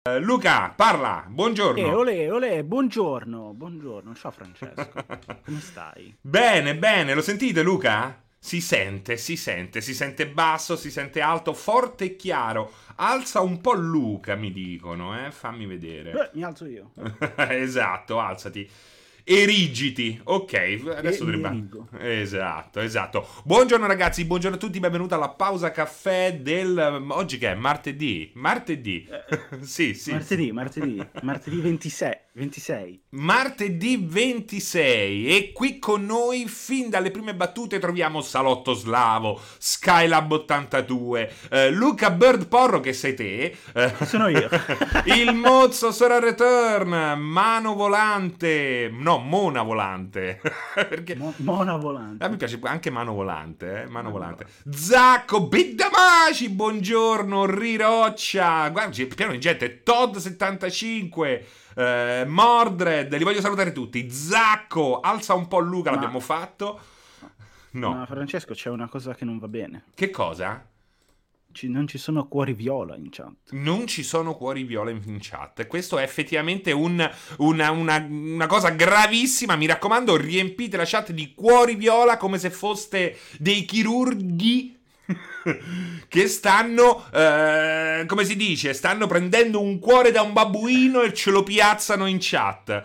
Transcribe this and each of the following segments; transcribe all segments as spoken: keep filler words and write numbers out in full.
Uh, Luca, parla, Eh, buongiorno. olè, olè, buongiorno, buongiorno, ciao Francesco, come stai? Bene, bene, lo sentite Luca? Si sente, si sente, si sente basso, si sente alto, forte e chiaro. Alza un po' Luca, mi dicono, eh? Fammi vedere. Beh, mi alzo io. Esatto, alzati. Erigiti, ok, E adesso mi dovrebbe... erigo. Esatto, esatto. Buongiorno ragazzi, buongiorno a tutti, benvenuti alla pausa caffè del... Oggi che è? Martedì? Martedì. Eh, Sì, sì, sì. martedì, martedì, martedì ventisei, ventisei. Martedì ventisei e qui con noi fin dalle prime battute troviamo Salotto Slavo, Skylab ottantadue, eh, Luca Bird Porro che sei te, eh, Ci sono io. il Mozzo Sora Return, Mano Volante, no Mona Volante, perché Mo- Mona a me volante. piace anche Mano Volante, eh? Mano Mano Volante. volante. Zacco, Big Damaci, buongiorno, Riroccia, guarda, c'è pieno di gente, Todd settantacinque, eh, Mordred, li voglio salutare tutti. Zacco, alza un po' Luca, Ma, l'abbiamo fatto. ma No. Francesco, c'è una cosa che non va bene. Che cosa? Ci- non ci sono cuori viola in chat. Non ci sono cuori viola in chat. Questo è effettivamente un, una, una, una cosa gravissima. Mi raccomando, riempite la chat di cuori viola come se foste dei chirurghi che stanno, eh, come si dice, stanno prendendo un cuore da un babbuino e ce lo piazzano in chat.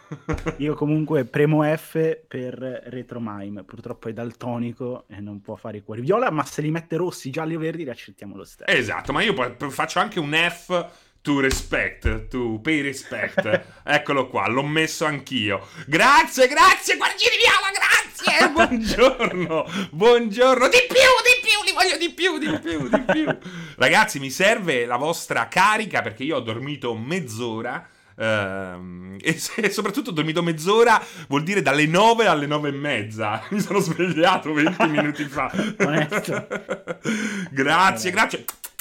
Io comunque premo F per Retromime, purtroppo è daltonico e non può fare i cuori viola, ma se li mette rossi, gialli o verdi li accettiamo lo stesso. Esatto, ma io poi faccio anche un F to respect, to pay respect. Eccolo qua, l'ho messo anch'io. Grazie, grazie, guardiani viola, grazie. Buongiorno, buongiorno. Di più, di più, li voglio di più, di più, di più. Ragazzi, mi serve la vostra carica perché io ho dormito mezz'ora. Ehm, e, se, e soprattutto ho dormito mezz'ora, vuol dire dalle nove alle nove e mezza. Mi sono svegliato venti minuti fa. Onesto. Grazie, grazie.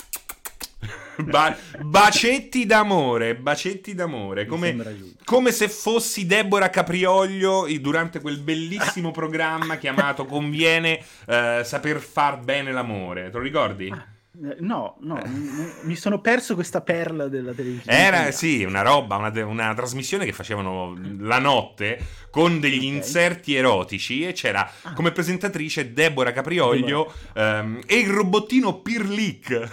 Ba- bacetti d'amore, bacetti d'amore, Mi come, sembra giusto. come se fossi Deborah Caprioglio durante quel bellissimo programma chiamato Conviene eh, saper far bene l'amore. Te lo ricordi? Eh, No, no, m- mi sono perso questa perla della televisione Era italiana. sì, una roba, una, una trasmissione che facevano la notte con degli Ok. inserti erotici e c'era Ah. come presentatrice Deborah Caprioglio ehm, e il robottino Pirlic.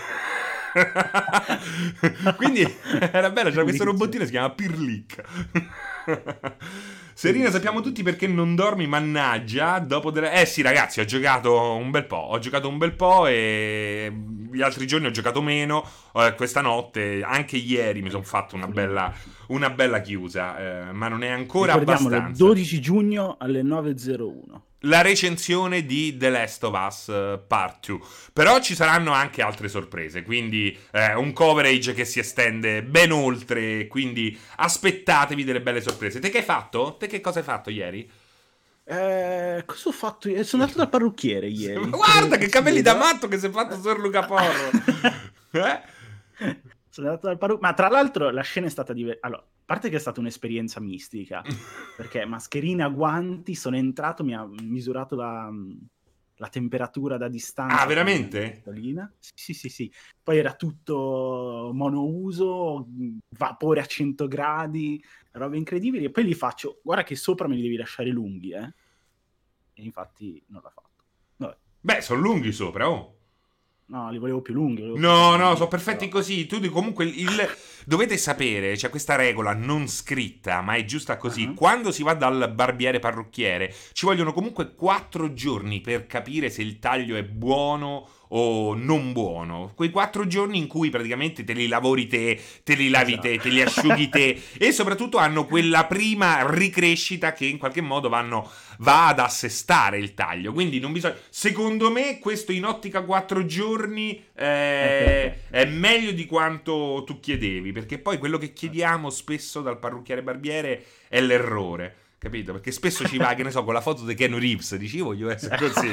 Quindi era bello, c'era questo robottino che si chiama Pirlic. Serena, sappiamo tutti perché non dormi, mannaggia. Dopo delle... Eh sì, ragazzi, ho giocato un bel po'. Ho giocato un bel po' e gli altri giorni ho giocato meno. Eh, questa notte, anche ieri, mi sono fatto una bella, una bella chiusa. Eh, ma non è ancora Ricordiamolo, abbastanza. dodici giugno alle nove e zero uno. La recensione di The Last of Us uh, Part due. Però ci saranno anche altre sorprese, quindi eh, un coverage che si estende ben oltre, quindi aspettatevi delle belle sorprese. Te che hai fatto? Te che cosa hai fatto ieri? Eh, cosa ho fatto? io? Sono andato dal parrucchiere ieri. Guarda che Si capelli da vede? matto che si è fatto Sor Luca Porro. Eh? Sono andato dal parrucchiere. Ma tra l'altro la scena è stata diversa. Allora, a parte che è stata un'esperienza mistica, perché mascherina, guanti, sono entrato, mi ha misurato la, la temperatura da distanza. Ah, veramente? Pistolina. Sì, sì, sì, sì. Poi era tutto monouso, vapore a cento gradi, robe incredibili. E poi li faccio, guarda che sopra me li devi lasciare lunghi, eh. E infatti non l'ha fatto. Vabbè. Beh, sono lunghi sopra, oh. No, li volevo più lunghi. volevo No, più no, lunghi, sono perfetti però- così. Tu di- comunque il... dovete sapere, c'è questa regola non scritta, ma è giusta così. Uh-huh. Quando si va dal barbiere parrucchiere, ci vogliono comunque quattro giorni per capire se il taglio è buono o non buono. Quei quattro giorni in cui praticamente te li lavori te, te li lavi te, Esatto. te li asciughi te e soprattutto hanno quella prima ricrescita che in qualche modo vanno va ad assestare il taglio. Quindi non bisogna. Secondo me, questo in ottica quattro giorni eh, è meglio di quanto tu chiedevi. Perché poi quello che chiediamo spesso dal parrucchiere barbiere è l'errore. Capito? Perché spesso ci va, che ne so, con la foto di Keanu Reeves, dici io voglio essere così.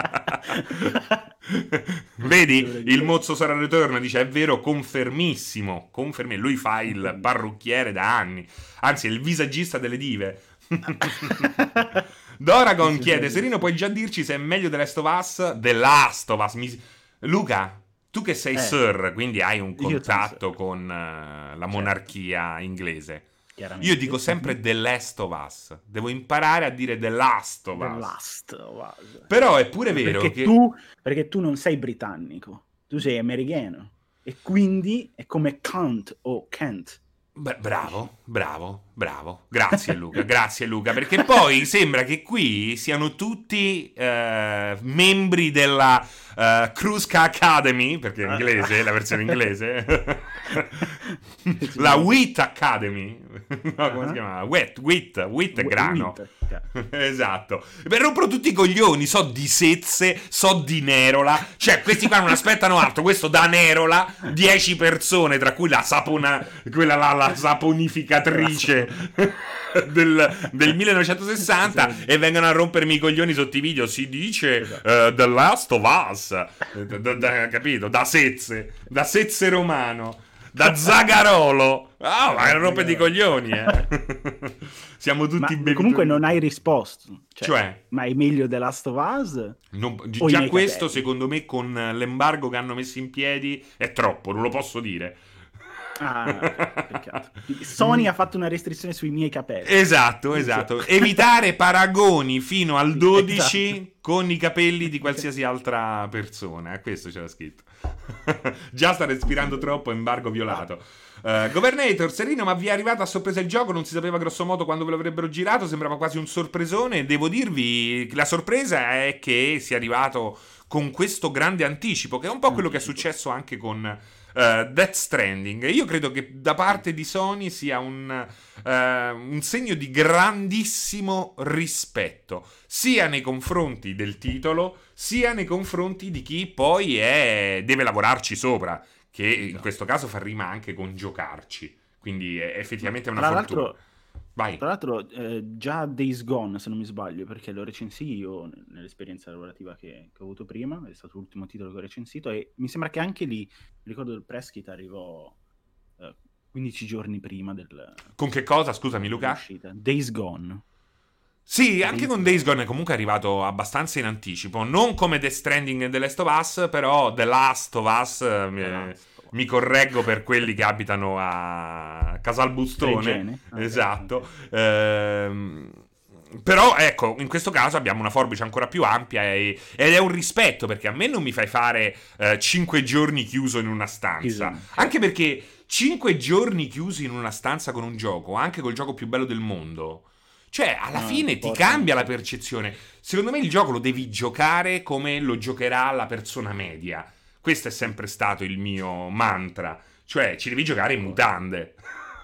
Vedi, il mozzo sarà return, dice è vero, confermissimo, confermi, lui fa il parrucchiere da anni, anzi è il visagista delle dive. Doragon Sì, sì, chiede, sì, Serino sì. puoi già dirci se è meglio The Last of Us? The Last of Us, mi... Luca, Tu che sei Eh, Sir, quindi hai un io sono contatto Sir. con eh, la Certo, monarchia inglese. Io dico chiaramente. sempre Mhm. The Last of Us. Devo imparare a dire The Last of The Us. Last of Us. Però è pure Ma vero perché che... tu, perché tu non sei britannico, tu sei americano. E quindi è come Kant o Kent, Beh, capisci? bravo, bravo, bravo. Grazie Luca, grazie Luca, perché poi sembra che qui siano tutti eh, membri della eh, Kruska Academy, perché è inglese, la versione inglese, la Decisamente. Wheat Academy, no, come si Ah, chiama? Wheat, wheat, wheat è Wi- grano. Wheat, cioè. Esatto, mi rompono tutti i coglioni. So di Sezze, so di Nerola. Cioè, questi qua non aspettano altro. Questo da Nerola, dieci persone, tra cui la sapona, quella là, la saponificatrice del, del millenovecentosessanta, e vengono a rompermi i coglioni sotto i video. Si dice Esatto. eh, The Last of Us, Da- da- da- capito? Da Sezze, da Sezze Romano, da Zagarolo. Ah, ma rompe di coglioni, eh. Siamo tutti Ma comunque non bevitori. hai risposto. Cioè, Cioè, ma è meglio The Last of Us non- gi- o i già miei questo, capelli? secondo me, con l'embargo che hanno messo in piedi, è troppo, non lo posso dire. Ah, ok, peccato. Sony ha fatto una restrizione sui miei capelli. Esatto, Quindi, cioè- esatto. Evitare paragoni fino al Sì, dodici esatto. con i capelli di qualsiasi altra persona. Eh, questo c'era scritto. Già sta respirando troppo, embargo violato. Uh, Governator, Serino, ma vi è arrivato a sorpresa il gioco? Non si sapeva grosso modo quando ve lo avrebbero girato, sembrava quasi un sorpresone. Devo dirvi che la sorpresa è che sia arrivato con questo grande anticipo, che è un po' quello che è Anticipo. successo anche con uh, Death Stranding. Io credo che da parte di Sony sia un, uh, un segno di grandissimo rispetto, sia nei confronti del titolo, sia nei confronti di chi poi è, deve lavorarci sopra, che in questo caso fa rima anche con giocarci, quindi è Ma effettivamente una tra fortuna. l'altro, Vai. tra l'altro eh, già Days Gone, se non mi sbaglio, perché lo recensii io n- nell'esperienza lavorativa che, che ho avuto prima, è stato l'ultimo titolo che ho recensito, e mi sembra che anche lì, mi ricordo il press kit arrivò eh, quindici giorni prima del- Con che cosa, scusami Luca? dell'uscita. Days Gone. Sì, anche Days con Gone. Days Gone è comunque arrivato abbastanza in anticipo, non come The Stranding e The Last of Us, però The Last of Us, eh, mi, The Last of Us. mi correggo per quelli che abitano a Casalbustone, Regene. Ah, ok, esatto. ok. Ehm, però ecco, in questo caso abbiamo una forbice ancora più ampia e- ed è un rispetto, perché a me non mi fai fare eh, cinque giorni chiuso in una stanza, Chiuso, anche certo. perché cinque giorni chiusi in una stanza con un gioco, anche col gioco più bello del mondo, cioè alla No, fine ti ti portano, cambia la sì. percezione. Secondo me il gioco lo devi giocare come lo giocherà la persona media. Questo è sempre stato il mio mantra, cioè ci devi giocare in mutande.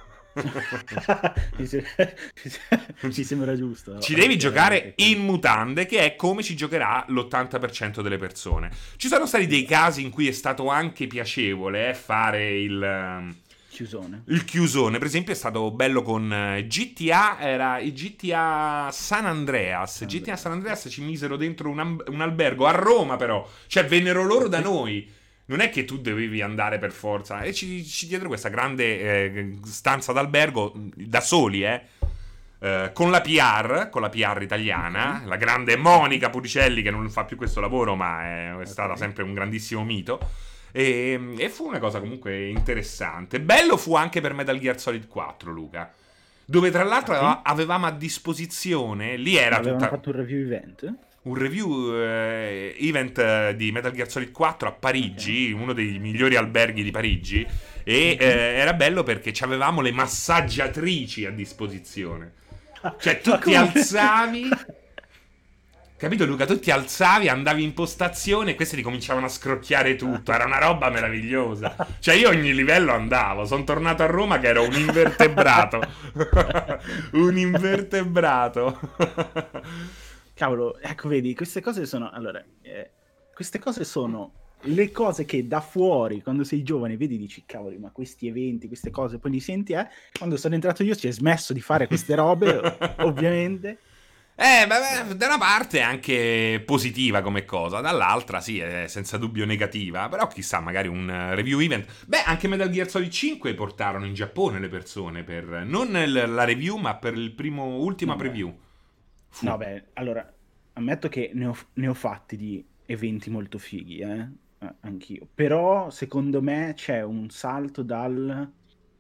mi, se- mi sembra giusto. Ci devi giocare Chiaramente. in mutande, che è come ci giocherà l'ottanta per cento delle persone. Ci sono stati dei casi in cui è stato anche piacevole eh, fare il, ehm, Chiusone. il chiusone. Per esempio è stato bello con eh, G T A, era il G T A San Andreas. San G T A San Andreas. Andreas ci misero dentro un, am- un albergo a Roma, però. Cioè vennero loro da Sì. noi. Non è che tu dovevi andare per forza. E ci, ci diedero questa grande eh, stanza d'albergo da soli, eh. Eh, con la P R, con la P R italiana, Ok. la grande Monica Puricelli, che non fa più questo lavoro, ma è, è stata Ok. sempre un grandissimo mito. E, e fu una cosa comunque interessante. Bello fu anche per Metal Gear Solid quattro, Luca. Dove tra l'altro Ah, sì? avevamo a disposizione, lì era Ma avevano tutta fatto un review event? un review eh, event eh, di Metal Gear Solid quattro a Parigi, uno dei migliori alberghi di Parigi. E Mhm. eh, era bello perché avevamo le massaggiatrici a disposizione. Cioè tu Ma ti come? alzavi, capito Luca? Tu ti alzavi, andavi in postazione e questi ti cominciavano a scrocchiare tutto. Era una roba meravigliosa. Cioè io ogni livello andavo. Sono tornato a Roma che ero un invertebrato. Un invertebrato. Cavolo, ecco, vedi, queste cose sono... Allora, eh, queste cose sono le cose che da fuori, quando sei giovane, vedi, dici, cavoli, ma questi eventi, queste cose, poi li senti, eh? Quando sono entrato io si è smesso di fare queste robe, ovviamente. Eh, beh, beh, da una parte è anche positiva come cosa, dall'altra sì, è senza dubbio negativa, però chissà, magari un eh, review event. Beh, anche Metal Gear Solid cinque portarono in Giappone le persone per non il- la review, ma per il primo ultima No, beh. preview. Fu. No, beh, allora, ammetto che ne ho, ne ho fatti di eventi molto fighi, eh? Eh, anch'io. Però, secondo me, c'è un salto dal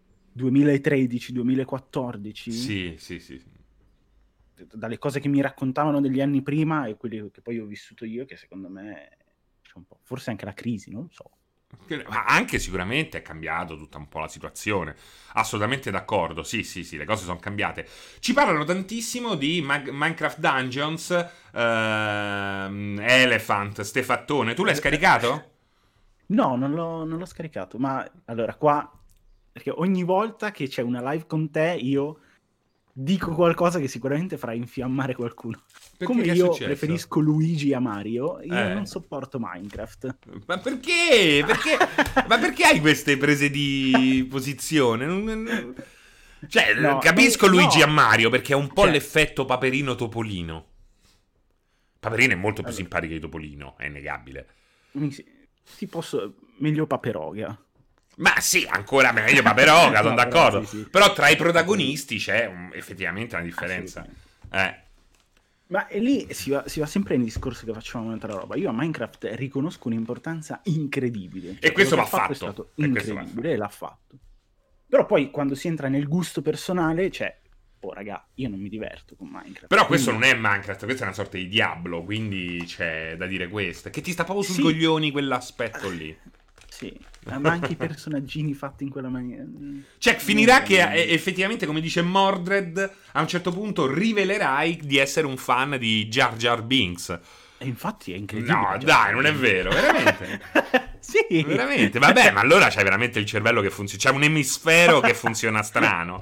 duemilatredici-duemilaquattordici, Sì, sì, sì, sì. dalle cose che mi raccontavano degli anni prima e quelli che poi ho vissuto io, che secondo me c'è un po', forse anche la crisi, non so. Ma anche sicuramente è cambiato tutta un po' la situazione. Assolutamente d'accordo. Sì, sì, sì, le cose sono cambiate. Ci parlano tantissimo di Mag- Minecraft Dungeons, ehm, Elephant, ste fattone. Tu l'hai scaricato? No, non l'ho, non l'ho scaricato, ma allora qua, perché ogni volta che c'è una live con te, io dico qualcosa che sicuramente farà infiammare qualcuno. Perché Come che è io successo? preferisco Luigi a Mario, io non Eh. sopporto Minecraft. Ma perché? Perché? Ma perché hai queste prese di posizione? Non- non- Cioè, No, capisco eh, Luigi a no, Mario perché è un po' cioè, l'effetto Paperino Topolino. Paperino è molto più allora, simpatico di Topolino, è innegabile. mi si- ti posso, meglio Paperoga. Ma sì, ancora meglio Paperoga, sono No, però sì, d'accordo. sì. Però tra i Paperino, protagonisti c'è un- effettivamente una differenza. assolutamente. Eh. Ma e lì si va, si va sempre nel discorso che facevamo un'altra roba. Io a Minecraft riconosco un'importanza incredibile. E Cioè, quello questo che ha va fatto è fatto. stato E questo va incredibile fatto. e l'ha fatto. Però poi quando si entra nel gusto personale, cioè, oh raga, io non mi diverto con Minecraft. Però questo non Quindi, è Minecraft, questa è una sorta di Diablo, quindi c'è da dire questo. Che ti sta proprio sui sì, coglioni quell'aspetto lì. sì, ma anche i personaggini fatti in quella maniera. mm, Cioè, Non finirà so, che non- eh, effettivamente, come dice Mordred, a un certo punto rivelerai di essere un fan di Jar Jar Binks. E infatti è incredibile No, Jar dai, Jar non è Binks. vero, veramente. Sì. Veramente, vabbè, ma allora c'hai veramente il cervello che funziona. C'è un emisfero che funziona strano.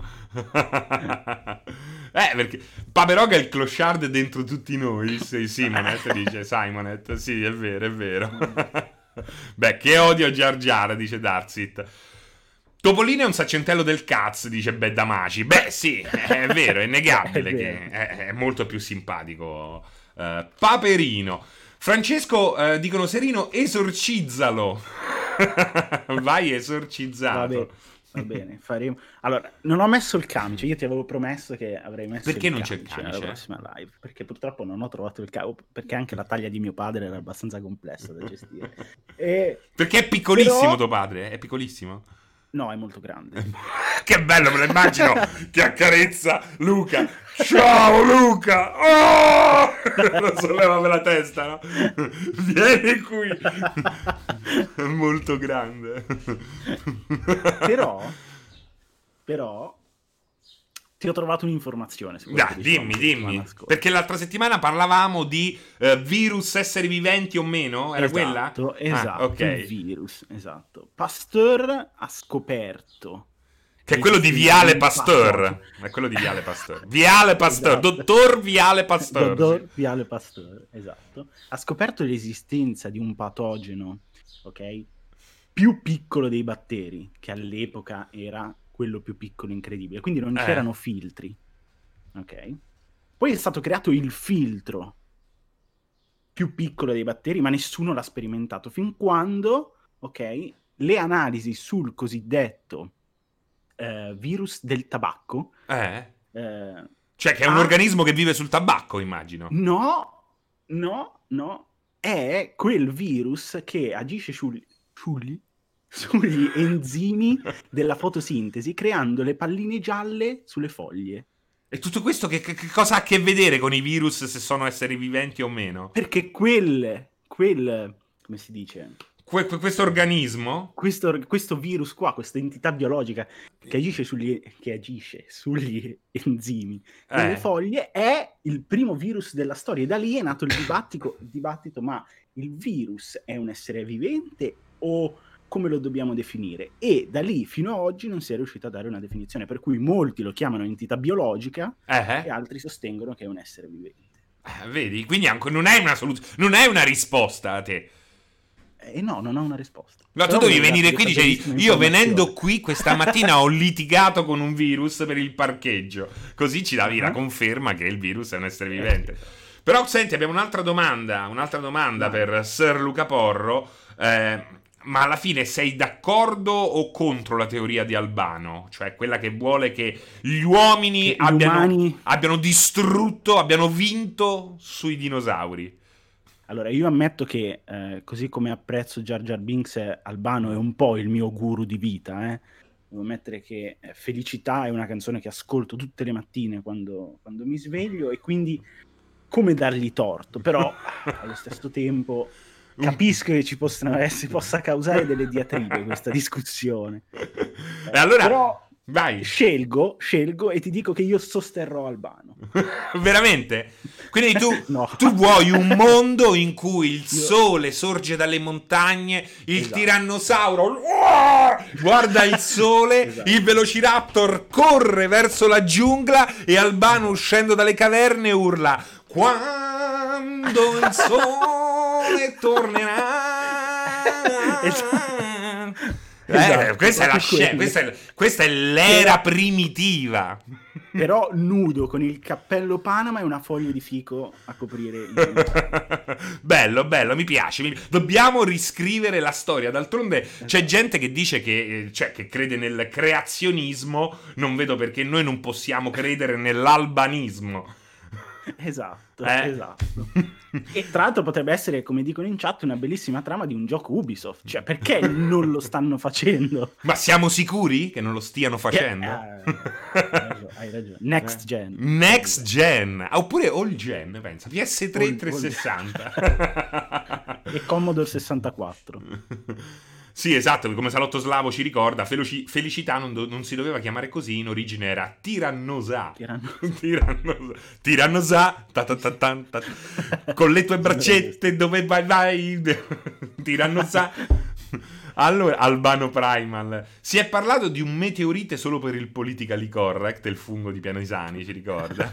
Eh, perché Paperoga è il clochard dentro tutti noi. Sì, Simonet dice Simonet. Sì, è vero, è vero. Beh, che odio a Jar Jar, dice Darsit. Topolino è un saccentello del cazzo, dice Beddamaci. Beh, sì, è vero, è È innegabile vero. che è, è molto più simpatico. eh, Paperino. Francesco, eh, dicono Serino, esorcizzalo. Vai Va esorcizzato. bene, va bene, faremo. Allora, non ho messo il camice, io ti avevo promesso che avrei messo Perché il non c'è il camice nella camice? prossima live, perché purtroppo non ho trovato il cavo, perché anche la taglia di mio padre era abbastanza complessa da gestire. E... Perché è piccolissimo Però, tuo padre? È piccolissimo? no, è molto grande. Che bello, me lo immagino che accarezza Luca. Ciao Luca! Oh! Lo solleva per la testa, no? Vieni qui. È molto grande. Però, però, ti ho trovato un'informazione su quello che Dai, dicevamo dimmi, la settimana dimmi. scorsa. Perché l'altra settimana parlavamo di eh, virus, esseri viventi o meno? Era quella? Esatto, Ah, esatto, il ok. virus, esatto. Pasteur ha scoperto Che è quello di l'esistenza di Viale un patogeno. Pasteur. È quello di Viale Pasteur. Viale Pasteur. Esatto. Dottor Viale Pasteur. Dottor Sì. Viale Pasteur, esatto. Ha scoperto l'esistenza di un patogeno, ok? Più piccolo dei batteri, che all'epoca era quello più piccolo incredibile. Quindi non Eh. c'erano filtri, ok? Poi è stato creato il filtro più piccolo dei batteri, ma nessuno l'ha sperimentato fin quando, ok, le analisi sul cosiddetto eh, virus del tabacco, Eh? eh, Cioè, che è un ha... organismo che vive sul tabacco, immagino. No, no, no, è quel virus che agisce sul- sugli, sugli enzimi della fotosintesi, creando le palline gialle sulle foglie. E tutto questo che, che- che cosa ha a che vedere con i virus, se sono esseri viventi o meno? Perché quel, quel, come si dice? Que- que- questo organismo? Questo, questo virus qua, questa entità biologica che agisce sugli, che agisce sugli enzimi delle Eh. foglie è il primo virus della storia e da lì è nato il dibattito, il dibattito ma il virus è un essere vivente o come lo dobbiamo definire? E da lì fino ad oggi non si è riuscito a dare una definizione, per cui molti lo chiamano entità biologica Eh? e altri sostengono che è un essere vivente. Eh, vedi? Quindi anche non è una soluzione, non è una risposta a te. E no, non ho una risposta. No, tu Però devi volevo venire darti qui e questa dicevi, bellissima io venendo informazione. qui questa mattina ho litigato con un virus per il parcheggio. Così ci davi la Ah. conferma che il virus è un essere vivente. Però senti, abbiamo un'altra domanda, un'altra domanda Vai. per Sir Luca Porro. Eh, ma alla fine sei d'accordo o contro la teoria di Albano? Cioè quella che vuole che gli uomini Che gli abbiano, umani- abbiano distrutto, abbiano vinto sui dinosauri. Allora, io ammetto che, eh, così come apprezzo Jar Jar Binks, eh, Albano è un po' il mio guru di vita, eh. Devo ammettere che eh, Felicità è una canzone che ascolto tutte le mattine quando, quando mi sveglio, e quindi come dargli torto, però allo stesso tempo capisco che ci possano essere, possa causare delle diatribe questa discussione. E Eh, allora, però vai. scelgo, scelgo e ti dico che io sosterrò Albano. Veramente? Quindi tu, No. tu vuoi un mondo in cui il Io- sole sorge dalle montagne, il Esatto. tirannosauro guarda il sole, Esatto. il velociraptor corre verso la giungla e Albano uscendo dalle caverne urla: quando il sole tornerà. Eh, Esatto, questa è la proprio scena, quello. questa è, questa è l'era primitiva. Però nudo, con il cappello Panama e una foglia di fico a coprire il... Bello, bello, mi piace. mi- Dobbiamo riscrivere la storia. D'altronde c'è gente che dice che, eh, cioè, che crede nel creazionismo. Non vedo perché noi non possiamo credere nell'albanismo. Esatto, Eh? esatto. E tra l'altro potrebbe essere, come dicono in chat, una bellissima trama di un gioco Ubisoft. Cioè, perché non lo stanno facendo? Ma siamo sicuri che non lo stiano facendo? Eh, hai ragione, hai ragione. Next gen. Next gen, Ah, oppure all gen, pensa, P S tre All- trecentosessanta. E Commodore sessantaquattro. Sì, esatto, come Salotto Slavo ci ricorda, Feloci- Felicità non, do- non si doveva chiamare così, in origine era Tirannosa. Tiranno- Tirannosa. Tirannosa, ta ta ta ta ta. Con le tue braccette dove vai vai. Tirannosa. Allora, Albano Primal. Si è parlato di un meteorite solo per il politically correct, il fungo di Pianesani, ci ricorda?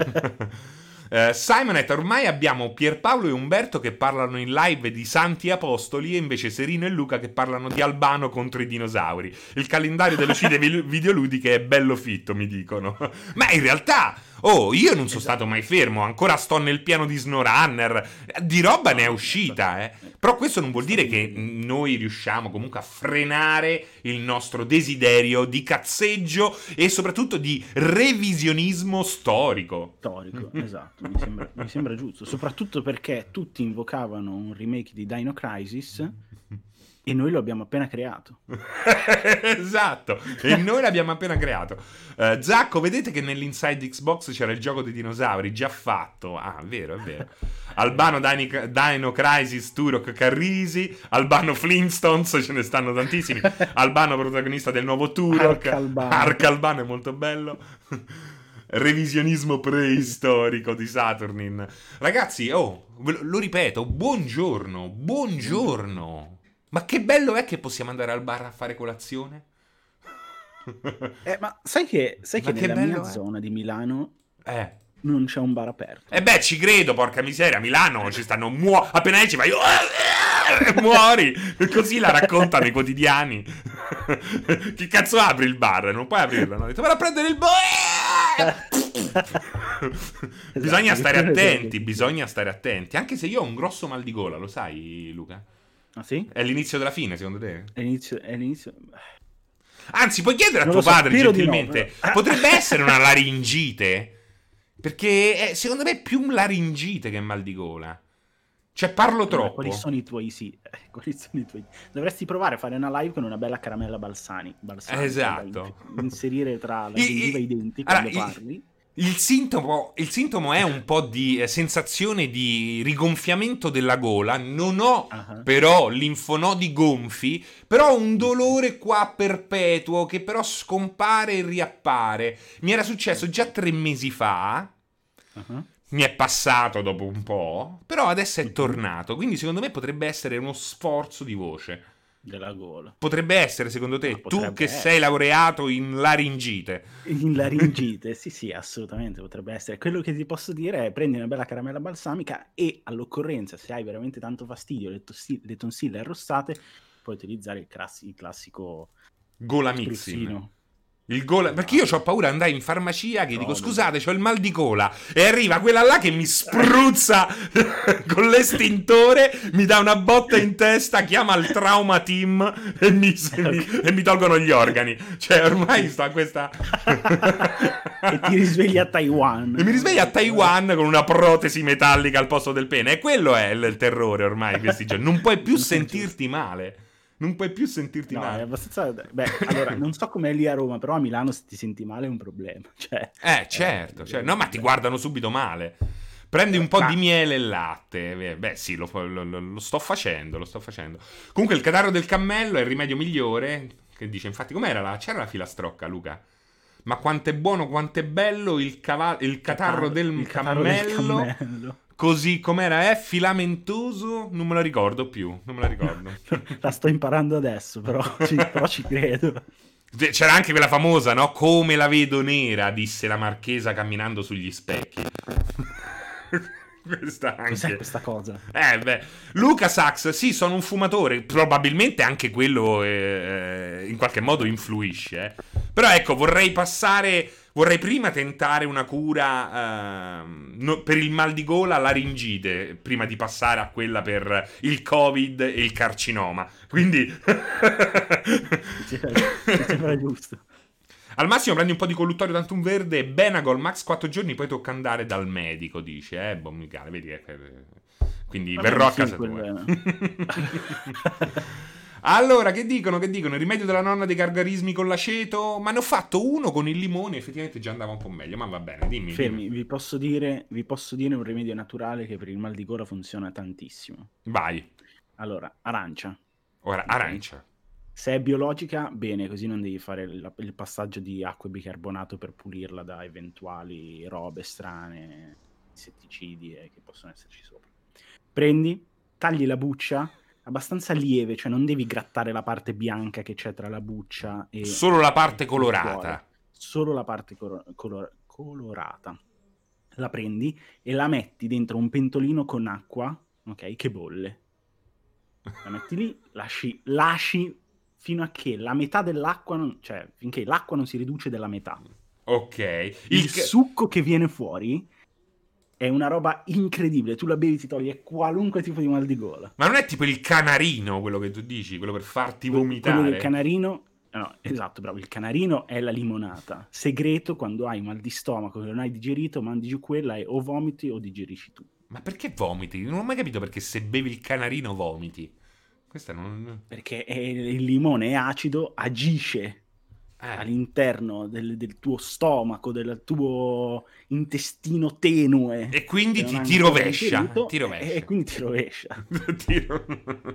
Eh, Simonet, ormai abbiamo Pierpaolo e Umberto che parlano in live di Santi Apostoli e invece Serino e Luca che parlano di Albano contro i dinosauri. Il calendario delle uscite vi- videoludiche è bello fitto, mi dicono. Ma in realtà, oh, io non sono stato mai fermo, ancora sto nel piano di SnowRunner. Di roba ne è uscita, eh. Però questo non vuol dire che noi riusciamo comunque a frenare il nostro desiderio di cazzeggio e soprattutto di revisionismo storico. Storico, esatto, mi sembra, mi sembra giusto. Soprattutto perché tutti invocavano un remake di Dino Crisis e noi lo abbiamo appena creato. Esatto, e noi l'abbiamo appena creato. Uh, Zacco, vedete che nell'Inside Xbox c'era il gioco dei dinosauri già fatto. Ah, vero, è vero. Albano Dino, Dino Crisis, Turok Carrisi, Albano Flintstones, ce ne stanno tantissimi. Albano protagonista del nuovo Turok. Ark Albano. Ark Albano è molto bello. Revisionismo preistorico di Saturnin. Ragazzi, oh, ve lo lo ripeto, buongiorno, buongiorno. Ma che bello è che possiamo andare al bar a fare colazione? Eh, ma sai che, sai Ma che che nella bello mia è? zona di Milano Eh. non c'è un bar aperto? E beh, ci credo, porca miseria, a Milano ci stanno muo- appena esci vai e muori. Così la raccontano i quotidiani. Che cazzo apri il bar? Non puoi aprirlo, no? Ho detto, vado a prendere il bo- Bisogna stare Esatto, attenti, esatto. bisogna stare attenti. Anche se io ho un grosso mal di gola, lo sai, Luca? Ah sì? È l'inizio della fine, secondo te? È l'inizio... È l'inizio... Anzi, puoi chiedere a Non tuo lo so, padre, spero di no, gentilmente, però. potrebbe essere una laringite? Perché è, secondo me è più un laringite che mal di gola. Cioè, parlo Allora, troppo. quali sono i tuoi sì? eh, Quali sono i tuoi... Dovresti provare a fare una live con una bella caramella balsani, balsamica, Esatto. da inserire tra la I- gengiva e i- i denti allora, quando i- parli. Il sintomo, il sintomo è un po' di eh, sensazione di rigonfiamento della gola. Non ho Ah, però linfonodi gonfi, però ho un dolore qua perpetuo che però scompare e riappare. Mi era successo già tre mesi fa. ah. Mi è passato dopo un po', però adesso è Mhm. tornato. Quindi secondo me potrebbe essere uno sforzo di voce. Della gola. Potrebbe essere, secondo te, Ah, tu potrebbe che essere. sei laureato in laringite. In laringite, sì sì, assolutamente potrebbe essere. Quello che ti posso dire è prendi una bella caramella balsamica e all'occorrenza, se hai veramente tanto fastidio, le, tossi- le tonsille arrossate, puoi utilizzare il, classi- il classico Golamixin. spruzzino. Il gola, perché io ho paura di andare in farmacia che dico scusate c'ho il mal di gola e arriva quella là che mi spruzza con l'estintore, mi dà una botta in testa, chiama il trauma team e mi, mi, e mi tolgono gli organi. Cioè ormai sto a questa e ti risvegli a Taiwan e mi risvegli a Taiwan con una protesi metallica al posto del pene, e quello è il, il terrore ormai questi giorni, non puoi più sentirti male. Non puoi più sentirti no, male. È abbastanza... Beh, allora, non so com'è lì a Roma, però a Milano se ti senti male è un problema. Cioè, eh, certo. Eh, cioè, no, ma ti guardano subito male. Prendi un po' ma... di miele e latte. Beh, sì, lo, lo, lo sto facendo, lo sto facendo. Comunque il catarro del cammello è il rimedio migliore. Che dice, infatti, com'era la... C'era la filastrocca, Luca? Ma quanto è buono, quanto è bello il, cavallo, il catarro, del, il catarro cammello, del cammello. Così com'era è filamentoso, non me la ricordo più, non me la ricordo. La sto imparando adesso, però ci, però ci credo. C'era anche quella famosa, no? Come la vedo nera, disse la marchesa camminando sugli specchi. Questa anche. Cos'è questa cosa? Eh beh, Luca Sax, sì, sono un fumatore, probabilmente anche quello eh, in qualche modo influisce, eh. Però ecco, vorrei passare, vorrei prima tentare una cura eh, no, per il mal di gola, laringite, prima di passare a quella per il Covid e il carcinoma. Quindi mi sembra giusto. Al massimo prendi un po' di colluttorio tantum verde e Benagol, max quattro giorni, poi tocca andare dal medico, dice. Eh, boh, mica, vedi che... Quindi vabbè, verrò a sì, casa quel... tua. Allora, che dicono? Che dicono? Il rimedio della nonna dei gargarismi con l'aceto? Ma ne ho fatto uno con il limone, effettivamente già andava un po' meglio, ma va bene, dimmi. Fermi, dimmi. Vi, posso dire, vi posso dire un rimedio naturale che per il mal di gola funziona tantissimo. Vai. Allora, arancia. Ora, okay. arancia. Se è biologica, bene, così non devi fare il, il passaggio di acqua e bicarbonato per pulirla da eventuali robe strane, insetticidi eh, che possono esserci sopra. Prendi, tagli la buccia, abbastanza lieve, cioè non devi grattare la parte bianca che c'è tra la buccia e... Solo la parte colorata. Solo la parte colo- color- colorata. La prendi e la metti dentro un pentolino con acqua, ok, che bolle. La metti lì, lasci... lasci fino a che la metà dell'acqua non, cioè finché l'acqua non si riduce della metà. Ok. Il, il succo che viene fuori è una roba incredibile. Tu la bevi, ti toglie qualunque tipo di mal di gola. Ma non è tipo il canarino quello che tu dici, quello per farti vomitare? Quello del canarino, no, esatto, bravo. Il canarino è la limonata. Segreto, quando hai mal di stomaco che non hai digerito, mandi giù quella e o vomiti o digerisci tu. Ma perché vomiti? Non ho mai capito perché se bevi il canarino vomiti. Questa non... Perché è, il limone è acido, agisce eh. all'interno del, del tuo stomaco, del tuo intestino tenue. E quindi ti, ti rovescia. Ti rovescia. E, e quindi ti rovescia. ti ro...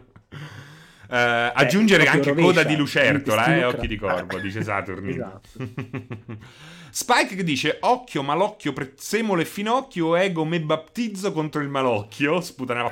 Uh, Beh, aggiungere anche rovescia, coda di lucertola e eh, occhi di corvo, dice Saturn. Esatto. Spike che dice occhio, malocchio, prezzemolo e finocchio, ego me battizzo contro il malocchio. Sputanava.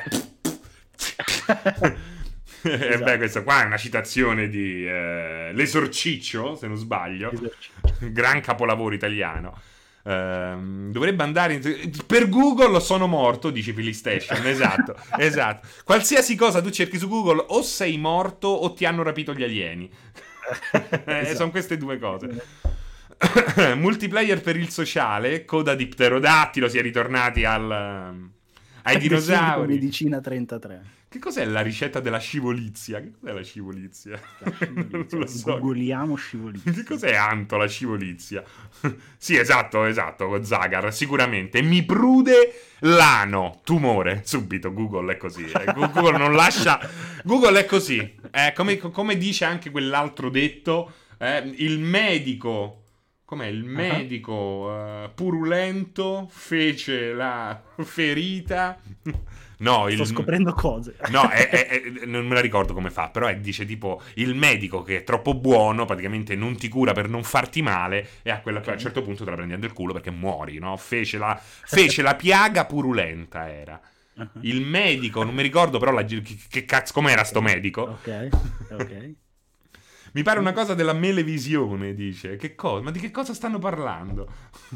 E esatto. Beh, questa qua è una citazione di eh, L'Esorciccio, se non sbaglio, gran capolavoro italiano. Uh, dovrebbe andare in... per Google sono morto, dice PlayStation. Esatto, esatto. Qualsiasi cosa tu cerchi su Google, o sei morto o ti hanno rapito gli alieni. Esatto. Sono queste due cose. Multiplayer per il sociale, coda di pterodattilo, si è ritornati al ai dinosauri. Medicina trentatré. Che cos'è la ricetta della scivolizia? Che cos'è la scivolizia? La scivolizia. Non lo so. Googoliamo scivolizia. Che cos'è Anto la scivolizia? Sì, esatto, esatto, Zagar, sicuramente. Mi prude l'ano, tumore. Subito, Google è così. Eh. Google non lascia... Google è così. Eh, come, come dice anche quell'altro detto, eh, il medico... Com'è? Il medico uh-huh. uh, purulento fece la ferita... No, sto il... scoprendo cose. No, è, è, è, non me la ricordo come fa, però è, dice tipo il medico che è troppo buono, praticamente non ti cura per non farti male, e a, quella, okay. a un certo punto te la prendi nel culo perché muori, no? Fece la, fece la piaga purulenta, era. Uh-huh. Il medico, non mi ricordo però la, che, che cazzo, com'era sto medico? Ok, ok. Mi pare una cosa della melevisione, dice. Che cosa? Ma di che cosa stanno parlando?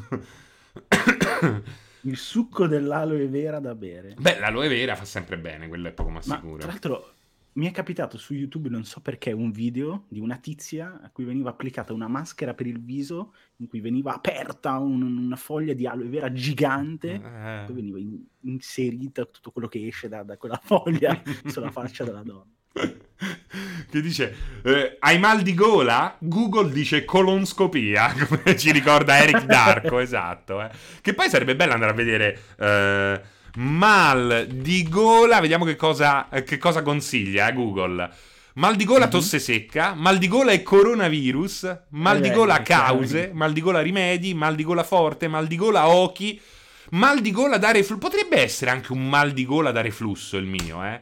Il succo dell'aloe vera da bere. Beh, l'aloe vera fa sempre bene, quello è poco ma sicuro. Ma tra l'altro mi è capitato su YouTube, non so perché, un video di una tizia a cui veniva applicata una maschera per il viso, in cui veniva aperta un- una foglia di aloe vera gigante, Eh. poi veniva in- inserita tutto quello che esce da, da quella foglia sulla faccia della donna. Che dice eh, hai mal di gola? Google dice colonscopia, come ci ricorda Eric Darko, esatto, eh. Che poi sarebbe bello andare a vedere eh, mal di gola, vediamo che cosa, che cosa consiglia eh, Google. Mal di gola, tosse secca, mal di gola e coronavirus, mal Eh di beh, gola eh, cause, chiaramente. mal di gola rimedi, mal di gola forte, mal di gola occhi, mal di gola da reflusso. Potrebbe essere anche un mal di gola da reflusso il mio, eh.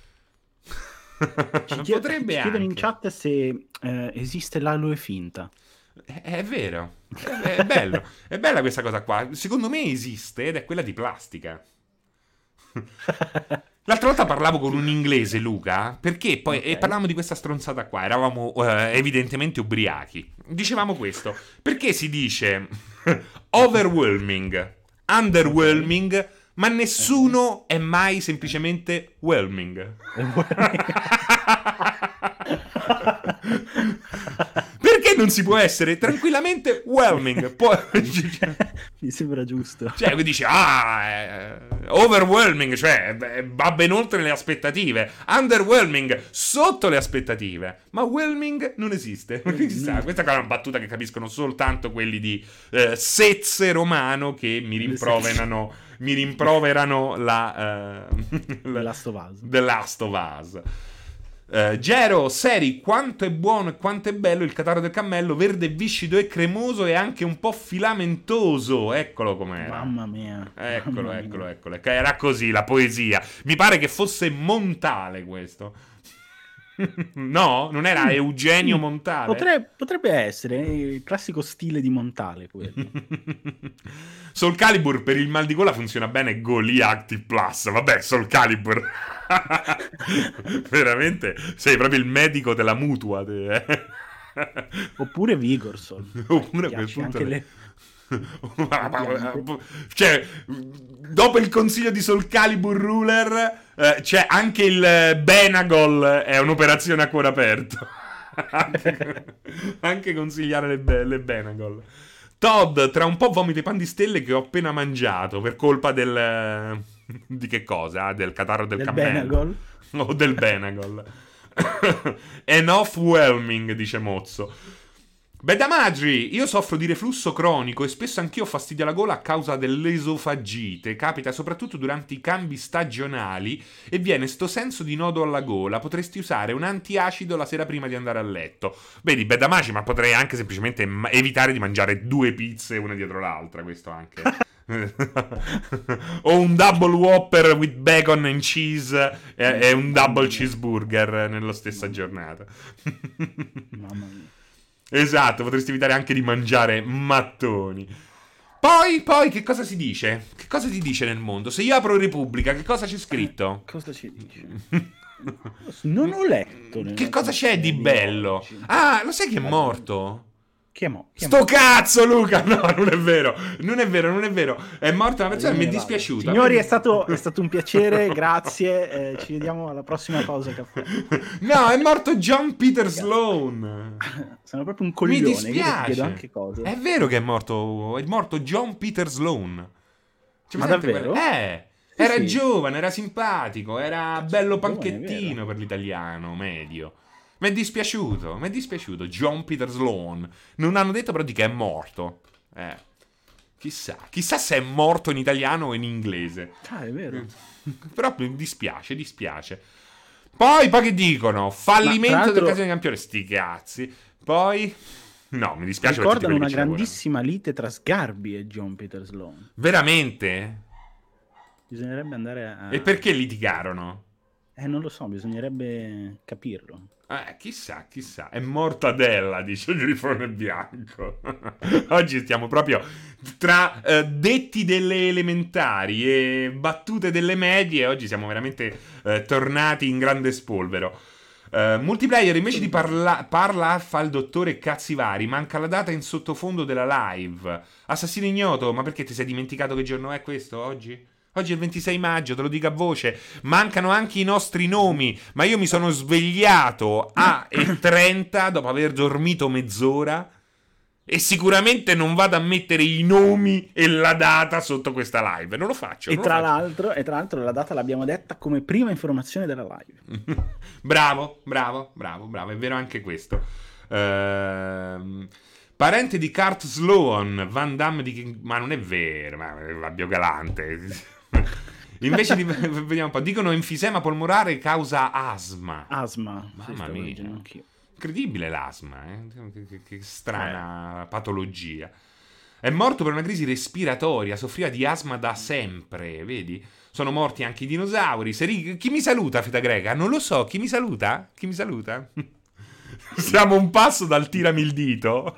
Ci, chied- Potrebbe ci chiedono in anche. chat se eh, esiste l'aloe finta. È, è vero, è, è bello, è bella questa cosa qua. Secondo me esiste ed è quella di plastica. L'altra volta parlavo con un inglese, Luca, perché poi Ok. e parlavamo di questa stronzata qua. Eravamo eh, evidentemente ubriachi. Dicevamo questo: perché si dice overwhelming, underwhelming, ma nessuno è mai semplicemente whelming? Perché non si può essere tranquillamente whelming? Può- Mi sembra giusto. Cioè, lui dice, ah, è overwhelming, cioè beh, va ben oltre le aspettative. Underwhelming, sotto le aspettative. Ma whelming non esiste. Chissà, questa qua è una battuta che capiscono soltanto quelli di eh, Sezze Romano che mi rimproverano, mi rimproverano la, eh, The Last of Us. The Last of Us. Uh, Gero, seri, quanto è buono e quanto è bello il catarro del cammello, verde, viscido e cremoso e anche un po' filamentoso. Eccolo com'era. Mamma mia. Eccolo, Mamma eccolo, mia. eccolo. Era così la poesia. Mi pare che fosse Montale questo. No? Non era Eugenio Montale? Potrebbe, potrebbe essere il classico stile di Montale quello. Soul Calibur per il mal di gola funziona bene. Golia Active Plus. Vabbè, Soul Calibur. Veramente sei proprio il medico della mutua. Te, eh? Oppure Vigorsol. Oppure a Mi quel piace punto anche le- le... cioè, dopo il consiglio di Soul Calibur Ruler, eh, c'è anche il eh, Benagol, è un'operazione a cuore aperto. anche, anche consigliare le, be- le Benagol. Todd, tra un po' vomito i pan di stelle che ho appena mangiato per colpa del... di che cosa? Del catarro del, del cammello. Benagol. O del Benagol. Enough whelming, dice Mozzo. Beda Maggi, io soffro di reflusso cronico e spesso anch'io ho fastidio alla gola a causa dell'esofagite. Capita soprattutto durante i cambi stagionali e viene sto senso di nodo alla gola. Potresti usare un antiacido la sera prima di andare a letto. Vedi, Beda Maggi, ma potrei anche semplicemente ma- evitare di mangiare due pizze una dietro l'altra. Questo anche. O un double whopper with bacon and cheese e, e un double cheeseburger nella stessa giornata. Mamma mia. Esatto, potresti evitare anche di mangiare mattoni. Poi, poi, che cosa si dice? Che cosa si dice nel mondo? Se io apro Repubblica, che cosa c'è scritto? Cosa ci dice? Non ho letto. Che cosa c'è di bello? oggi. Ah, lo sai che è morto? Chi è mo? Chi è Sto mo? cazzo, Luca! No, non è vero. Non è vero, non è vero. È morta una persona e mi è Vado. dispiaciuta. Signori, è stato, è stato un piacere, grazie. eh, ci vediamo alla prossima pausa caffè. No, è morto John Peter Sloan. Sono proprio un Mi coglione. Io ti dispiace. chiedo anche cose. È vero che è morto. È morto John Peter Sloan. C'è Ma presente davvero? quella- Eh. Sì, Era sì. giovane, era simpatico, era Cazzo, bello giovane, panchettino vero. per l'italiano medio. Mi è dispiaciuto, mi è dispiaciuto. John Peter Sloan. Non hanno detto però di che è morto. Eh. Chissà, chissà se è morto in italiano o in inglese. Ah, è vero. Però mi dispiace, dispiace. Poi, poi che dicono? Fallimento Ma, tra l'altro- dell'occasione di campione. Sti cazzi. Poi... No, mi dispiace per tutti Ricordano quelli una che ci lavorano. grandissima lite tra Sgarbi e John Peter Sloan. Veramente? Bisognerebbe andare a... E perché litigarono? Eh, non lo so, bisognerebbe capirlo. Eh, chissà, chissà. È morto Adella, dice il grifone bianco. Oggi stiamo proprio tra eh, detti delle elementari e battute delle medie. Oggi siamo veramente eh, tornati in grande spolvero. Uh, multiplayer invece di parla, parla fa il dottore cazzi vari. Manca la data in sottofondo della live. Assassino ignoto, ma perché ti sei dimenticato che giorno è questo oggi? Oggi è il ventisei maggio, te lo dico a voce. Mancano anche i nostri nomi. Ma io mi sono svegliato a e trenta dopo aver dormito mezz'ora. E sicuramente non vado a mettere i nomi e la data sotto questa live. Non lo faccio. E non tra, lo faccio. l'altro, e tra l'altro la data l'abbiamo detta come prima informazione della live. Bravo, bravo, bravo, bravo. È vero anche questo. Ehm, parente di Kurt Sloan, Van Damme di King... Ma non è vero, ma è Fabio Galante. Invece di... vediamo un po'. Dicono enfisema polmonare causa asma. Asma. Mamma sì, mia. anch'io. Incredibile l'asma, eh? che, che, che strana eh. patologia. È morto per una crisi respiratoria, soffriva di asma da sempre, vedi? Sono morti anche i dinosauri. Seri... Chi mi saluta, Feta Greca? Non lo so, chi mi saluta? Chi mi saluta? Siamo un passo dal tirami il dito.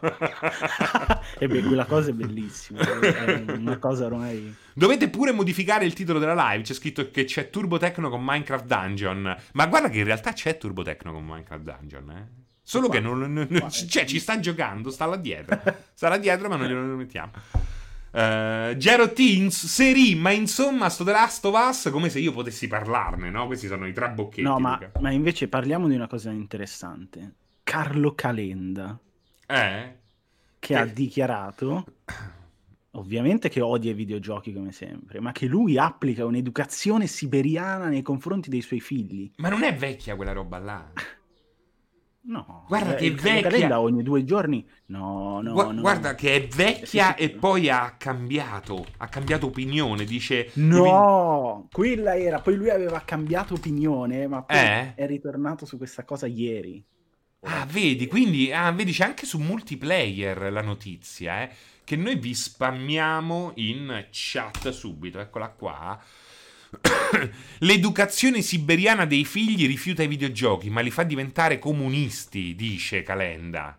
E beh, quella cosa è bellissima. È una cosa ormai... Dovete pure modificare il titolo della live. C'è scritto che c'è Turbo Tecno con Minecraft Dungeon. Ma guarda che in realtà c'è Turbo Tecno con Minecraft Dungeon, eh? Solo qua, che non, non, non cioè ci sta giocando, sta là dietro. Sta là dietro, ma non glielo mettiamo. Uh, Gero Teens, Seri, ma insomma, sto The Last of Us, come se io potessi parlarne, no? Questi sono i trabocchetti. No, ma, ma invece parliamo di una cosa interessante. Carlo Calenda, eh? che eh. ha dichiarato, ovviamente che odia i videogiochi come sempre, ma che lui applica un'educazione siberiana nei confronti dei suoi figli. Ma non è vecchia quella roba là? No, guarda che è vecchia. Calenda ogni due giorni. No, no, Gu- no. Guarda che è vecchia sì, sì, e poi ha cambiato. Ha cambiato opinione. Dice. No, quella era. Poi lui aveva cambiato opinione, ma poi eh? è ritornato su questa cosa ieri. Ah, vedi, quindi ah, vedi, c'è anche su Multiplayer la notizia, eh, che noi vi spammiamo in chat subito. Eccola qua. L'educazione siberiana dei figli rifiuta i videogiochi, ma li fa diventare comunisti, dice Calenda.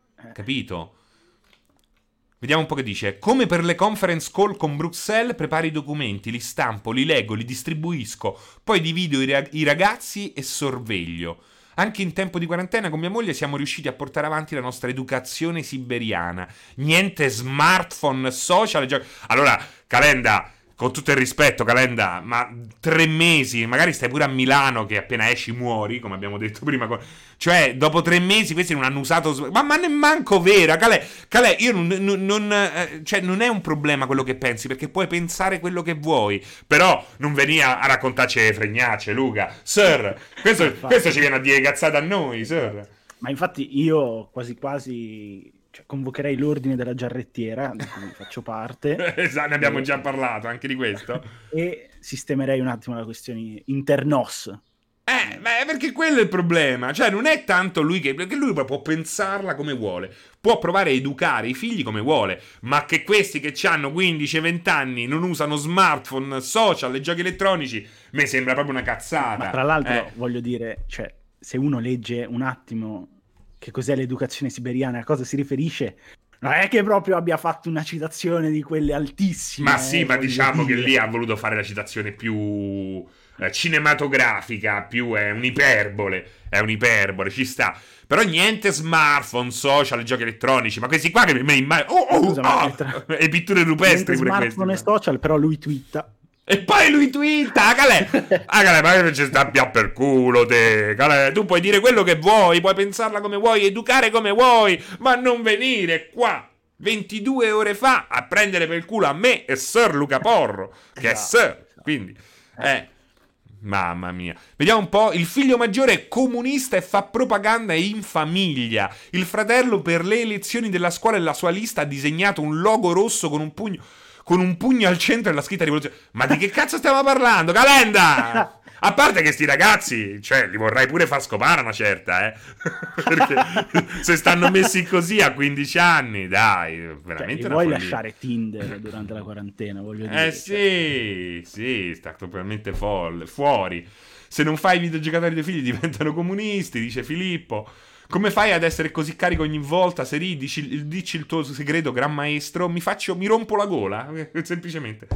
Capito? Vediamo un po' che dice. Come per le conference call con Bruxelles, preparo i documenti, li stampo, li leggo, li distribuisco, poi divido i, rag- i ragazzi e sorveglio. Anche in tempo di quarantena con mia moglie siamo riusciti a portare avanti la nostra educazione siberiana. Niente smartphone, social, giochi. Allora, Calenda, con tutto il rispetto, Calenda, ma tre mesi, magari stai pure a Milano che appena esci muori, come abbiamo detto prima. Cioè, dopo tre mesi questi non hanno usato... Ma, ma nemmanco vera, Calè, Calè, io non... non, non eh, cioè, non è un problema quello che pensi, perché puoi pensare quello che vuoi. Però non venire a, a raccontarci le fregnacce, Luca. Sir, questo, questo ci viene a dire cazzate a noi, sir. Ma infatti io quasi quasi... Cioè, convocherei l'ordine della giarrettiera, di cui faccio parte. Esatto, ne abbiamo e, già parlato anche di questo. E sistemerei un attimo la questione internos. Eh, ma è perché quello è il problema. Cioè, non è tanto lui che... Perché lui può pensarla come vuole. Può provare a educare i figli come vuole. Ma che questi che hanno quindici venti anni non usano smartphone, social e giochi elettronici, mi sembra proprio una cazzata. Ma tra l'altro, eh. voglio dire, cioè, se uno legge un attimo... che cos'è l'educazione siberiana, a cosa si riferisce, non è che proprio abbia fatto una citazione di quelle altissime. Ma sì, eh, ma diciamo dire. che lì ha voluto fare la citazione più eh, cinematografica, più è un'iperbole, è un'iperbole, ci sta. Però niente smartphone, social, giochi elettronici, ma questi qua che mi immagino... Oh, oh, Scusa, oh, ma tra... e pitture rupestri pure questi. Smartphone e social, però lui twitta. E poi lui twitta, Calè, ah Calè, ma non ci sta più per culo te, Calè, tu puoi dire quello che vuoi, puoi pensarla come vuoi, educare come vuoi, ma non venire qua ventidue ore fa a prendere per il culo a me e Sir Luca Porro, che esatto, è Sir, esatto. quindi, eh, mamma mia. Vediamo un po', il figlio maggiore è comunista e fa propaganda in famiglia, il fratello per le elezioni della scuola e la sua lista ha disegnato un logo rosso con un pugno... con un pugno al centro e la scritta rivoluzione. Ma di che cazzo stiamo parlando, Calenda? A parte che sti ragazzi, cioè, li vorrei pure far scopare una certa, eh. Perché se stanno messi così a quindici anni, dai, veramente cioè, una vuoi follia. lasciare Tinder durante la quarantena, voglio dire. Eh sì, sì, sta totalmente folle, fuori. Se non fai i videogiocatori dei figli diventano comunisti, dice Filippo. Come fai ad essere così carico ogni volta? Se ri, dici, dici il tuo segreto, gran maestro, mi faccio, mi rompo la gola, semplicemente.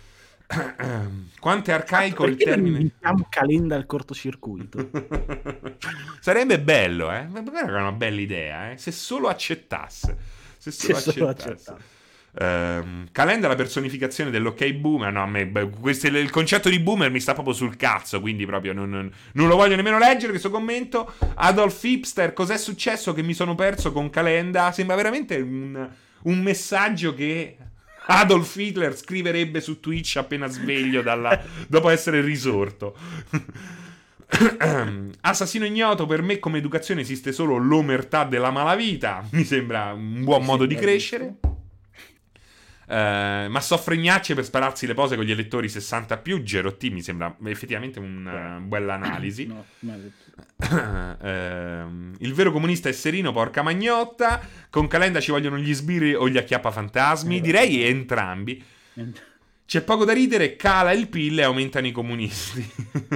Quanto è arcaico il termine? Invitiamo Calenda al cortocircuito. Sarebbe bello, eh? Era una bella idea, eh? Se solo accettasse. Se solo Se solo accettasse. accettasse. Ehm, Calenda è la personificazione dell'ok boomer. No, a me beh, questo, il concetto di boomer mi sta proprio sul cazzo, quindi proprio non, non, non lo voglio nemmeno leggere questo commento. Adolf Hipster, cos'è successo che mi sono perso con Calenda? Sembra veramente un, un messaggio che Adolf Hitler scriverebbe su Twitch appena sveglio dalla, dopo essere risorto. Assassino ignoto, per me come educazione esiste solo l'omertà della malavita. Mi sembra un buon Sì, modo sì, di l'ho crescere. Uh, ma soffre ignacce per spararsi le pose con gli elettori sessanta più. Gerotti mi sembra effettivamente una uh, bella analisi. No, uh, il vero comunista è Serino, porca magnotta. Con Calenda ci vogliono gli sbirri o gli acchiappafantasmi? Direi entrambi. C'è poco da ridere, cala il P I L e aumentano i comunisti.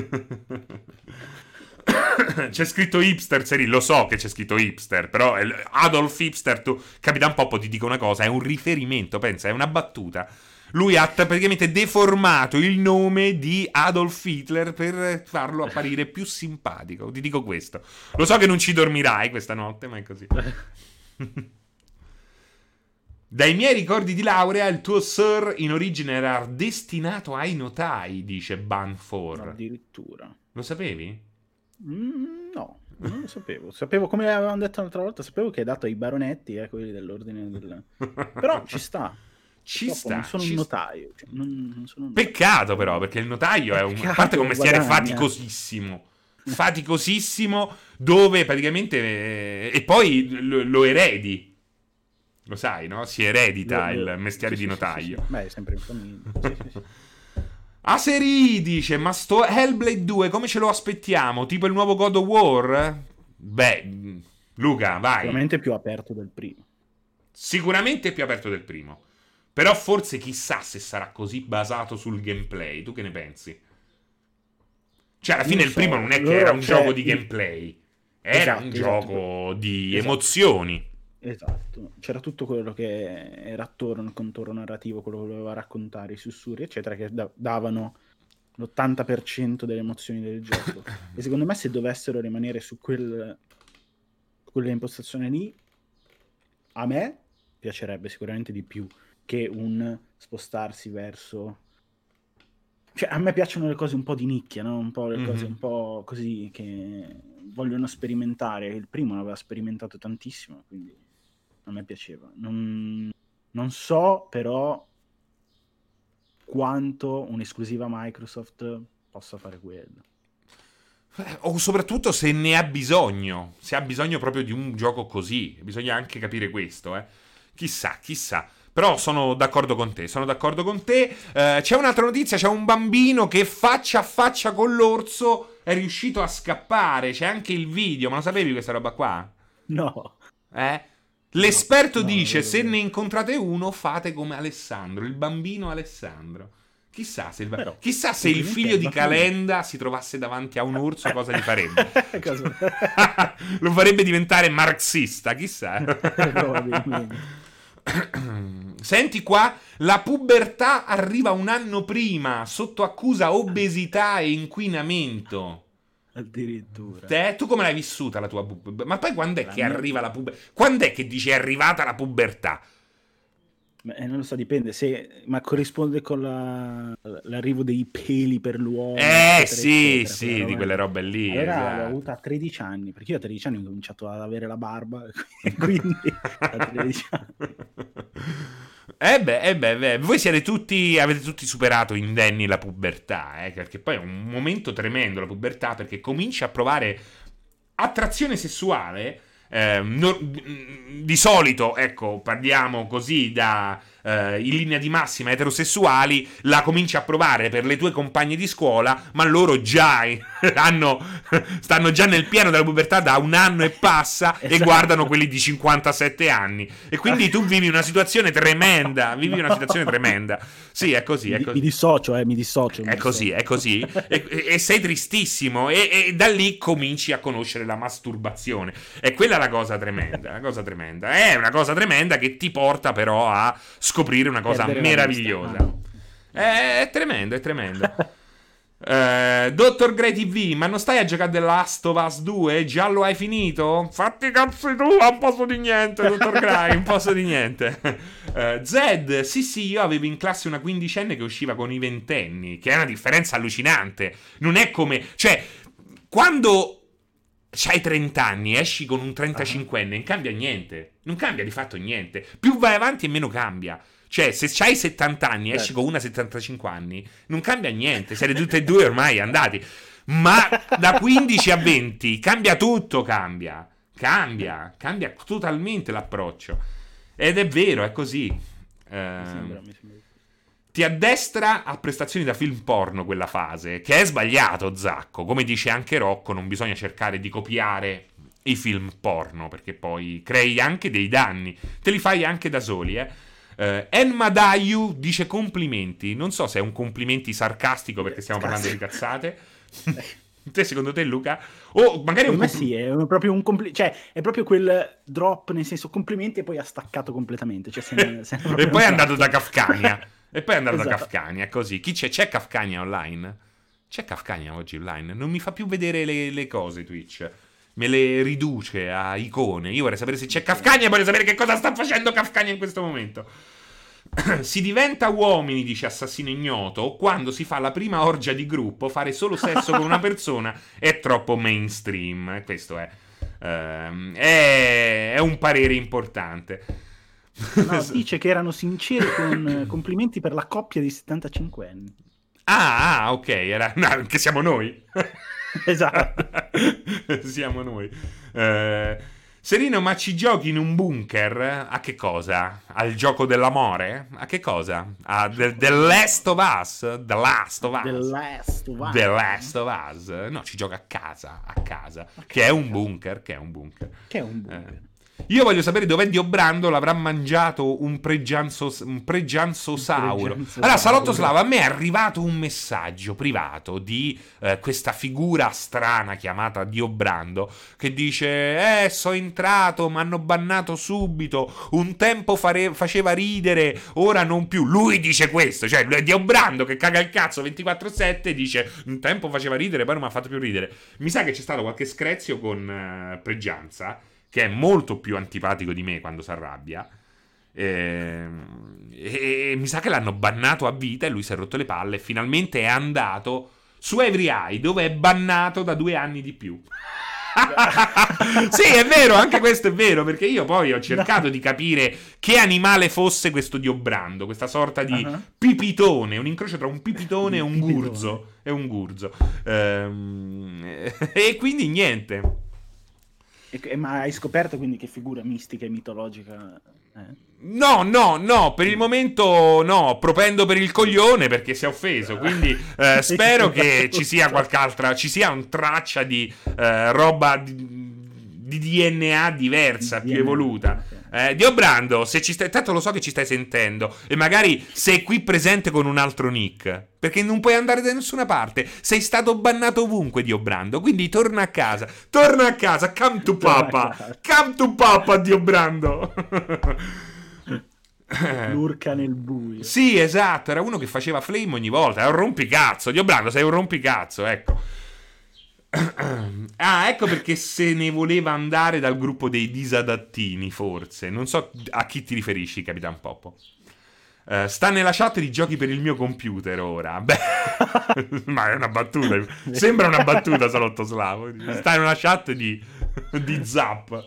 C'è scritto hipster, Seri, lo so che c'è scritto hipster, però Adolf Hipster, tu Capitan Poppo ti dico una cosa, è un riferimento, pensa, è una battuta. Lui ha praticamente deformato il nome di Adolf Hitler per farlo apparire più simpatico, ti dico questo. Lo so che non ci dormirai questa notte, ma è così. Dai miei ricordi di laurea, il tuo sir in origine era destinato ai notai, dice Banfor. Addirittura. Lo sapevi? Mm, no, non lo sapevo. Sapevo, come avevamo detto l'altra volta, sapevo che è dato ai baronetti, eh, quelli dell'ordine del... Però ci sta. Ci Purtroppo sta. Non sono ci un sta. notaio. Cioè, non, non sono un Peccato però, perché il notaio Peccato, è un... A parte un mestiere guadagna. faticosissimo. Faticosissimo, dove praticamente... Eh, e poi lo, lo eredi. Lo sai, no? Si eredita Lo- lo- il mestiere sì, di sì, sì, notaio. sì, sì. Beh, è sempre in famiglia. Sì, sì, sì. Aseri dice, ma sto Hellblade due come ce lo aspettiamo? Tipo il nuovo God of War? Beh, Luca, vai. Sicuramente più aperto del primo. Sicuramente più aperto del primo. Però forse chissà se sarà così basato sul gameplay. Tu che ne pensi? Cioè, alla fine Non il so, primo non è che loro- era un cioè, gioco di il- gameplay. Era Esatto, un esatto. gioco di Esatto. emozioni. Esatto, c'era tutto quello che era attorno, il contorno narrativo, quello che voleva raccontare, i sussurri, eccetera, che da- davano l'ottanta per cento delle emozioni del gioco. E secondo me se dovessero rimanere su quel, quella impostazione lì, a me piacerebbe sicuramente di più che un spostarsi verso... Cioè, a me piacciono le cose un po' di nicchia, no? Un po' le cose Mhm. un po' così che vogliono sperimentare. Il primo l'aveva sperimentato tantissimo, quindi a me piaceva. Non, non so però quanto un'esclusiva Microsoft possa fare quello. Eh, O soprattutto se ne ha bisogno. Se ha bisogno proprio di un gioco così. Bisogna anche capire questo, eh. Chissà, chissà. Però sono d'accordo con te, sono d'accordo con te. Eh, c'è un'altra notizia, c'è un bambino che faccia a faccia con l'orso è riuscito a scappare. C'è anche il video, ma lo sapevi questa roba qua? No. Eh? L'esperto no, dice, non lo se vedo. ne incontrate uno, fate come Alessandro, il bambino Alessandro. Chissà se il, ba- Però, chissà se il complimenti figlio al di bambino. Calenda si trovasse davanti a un orso, cosa gli farebbe? Cosa- Lo farebbe diventare marxista, chissà. Probabilmente. Senti qua, la pubertà arriva un anno prima, sotto accusa obesità e inquinamento. Addirittura. Te, tu come l'hai vissuta la tua pubertà? Ma poi quando è La che mia- arriva la pubertà? Quando è che dici è arrivata la pubertà? Beh, non lo so, dipende se, ma corrisponde con la- l'arrivo dei peli per l'uomo. Eh eccetera, sì, eccetera, sì, quella di roba quelle lì. robe lì. Allora l'ho esatto. avuta a tredici anni, perché io a tredici anni ho cominciato ad avere la barba, e quindi a tredici anni. Eh beh, eh beh, beh, voi siete tutti, avete tutti superato indenni la pubertà, eh, perché poi è un momento tremendo la pubertà, perché cominci a provare attrazione sessuale. Eh, no- di solito, ecco, parliamo così da eh, in linea di massima eterosessuali, la cominci a provare per le tue compagne di scuola, ma loro già hanno, stanno già nel pieno della pubertà da un anno e passa e Esatto. guardano quelli di cinquantasette anni. E quindi tu vivi una situazione tremenda, vivi una situazione tremenda. Sì, è così, Mi, è di- così. mi dissocio, eh, mi dissocio. mi È così, dissocio. è così. E, e- e sei tristissimo. E, e da lì cominci a conoscere la masturbazione. E quella è la cosa tremenda. La cosa tremenda. È una cosa tremenda che ti porta però a scoprire una cosa Perdere la meravigliosa. vista. Ah. È, è tremendo, è tremendo. Uh, Dottor Grey T V, ma non stai a giocare The Last of Us due? Già lo hai finito? Fatti i cazzi tu, non posso di niente, Dottor Grey, non posso di niente. uh, Zed, sì sì, io avevo in classe una quindicenne che usciva con i ventenni, che è una differenza allucinante. Non è come, cioè, quando c'hai trenta anni, esci con un trentacinquenne, non cambia niente, non cambia di fatto niente. Più vai avanti e meno cambia. Cioè, se c'hai settanta anni e esci con una settantacinque anni, non cambia niente. Siete tutti e due ormai andati. Ma da quindici a venti cambia tutto, cambia. Cambia, cambia totalmente l'approccio. Ed è vero, è così. Eh, Mi sembra, mi sembra. Ti addestra a prestazioni da film porno quella fase, che è sbagliato, Zacco. Come dice anche Rocco, non bisogna cercare di copiare i film porno, perché poi crei anche dei danni. Te li fai anche da soli, eh. Uh, Enma Dayu dice complimenti. Non so se è un complimenti sarcastico perché stiamo parlando di cazzate. Te, secondo te, Luca? O magari è un compl- sì, è proprio un compl- cioè è proprio quel drop, nel senso complimenti, e poi ha staccato completamente. Cioè, se ne, se ne e poi è andato da Kafkania. E poi è andato esatto. da Kafkania, così. Chi c'è? C'è Kafkania online? C'è Kafkania oggi online? Non mi fa più vedere le, le cose Twitch. Me le riduce a icone. Io vorrei sapere se c'è Kafkania e vorrei sapere che cosa sta facendo Kafkania in questo momento. Si diventa uomini, dice Assassino Ignoto, quando si fa la prima orgia di gruppo. Fare solo sesso con una persona è troppo mainstream. Questo è, uh, è, è un parere importante. No, dice che erano sinceri con complimenti per la coppia di settantacinque anni. Ah, ah ok, era, no, che siamo noi. Esatto. Siamo noi. Uh, Serino, ma ci giochi in un bunker? A che cosa? Al gioco dell'amore? A che cosa? A The, The Last of Us? The Last of Us? The Last of Us. The Last of Us? No, ci gioca a casa, a casa. A che casa. È un bunker, che è un bunker. Che è un bunker. Eh. Io voglio sapere dov'è Dio Brando, l'avrà mangiato un pregianzo, un pregianzosauro. Allora, Salotto Slava, a me è arrivato un messaggio privato di eh, questa figura strana chiamata Dio Brando, che dice, eh, sono entrato, mi hanno bannato subito, un tempo fare- faceva ridere, ora non più. Lui dice questo, cioè Dio Brando che caga il cazzo ventiquattro sette dice, un tempo faceva ridere, poi non mi ha fatto più ridere. Mi sa che c'è stato qualche screzio con uh, Pregianza, che è molto più antipatico di me quando si arrabbia, e, e, e mi sa che l'hanno bannato a vita e lui si è rotto le palle e finalmente è andato su Every Eye, dove è bannato da due anni di più. Sì, è vero, anche questo è vero, perché io poi ho cercato no. di capire che animale fosse questo Dio Brando, questa sorta di uh-huh. pipitone, un incrocio tra un pipitone e un gurzo, e un gurzo. Ehm, e quindi niente. E, ma hai scoperto quindi che figura mistica e mitologica è? No, no, no, per il momento no, propendo per il coglione perché si è offeso, quindi eh, spero che ci sia qualche altra, ci sia un traccia di eh, roba di, di D N A diversa, D N A più evoluta. Eh, Dio Brando, se ci stai, tanto lo so che ci stai sentendo e magari sei qui presente con un altro nick, perché non puoi andare da nessuna parte, sei stato bannato ovunque, Dio Brando, quindi torna a casa, torna a casa, come to papa, come to papa, Dio Brando. Lurca nel buio. Sì, esatto, era uno che faceva flame ogni volta, è un rompicazzo, Dio Brando, sei un rompicazzo, ecco. Ah, ecco perché se ne voleva andare dal gruppo dei disadattini, forse. Non so a chi ti riferisci, Capitan Poppo. Uh, sta nella chat di giochi per il mio computer ora. Beh, ma è una battuta. Sembra una battuta, Salotto Slavo. Sta in una chat di, di Zap.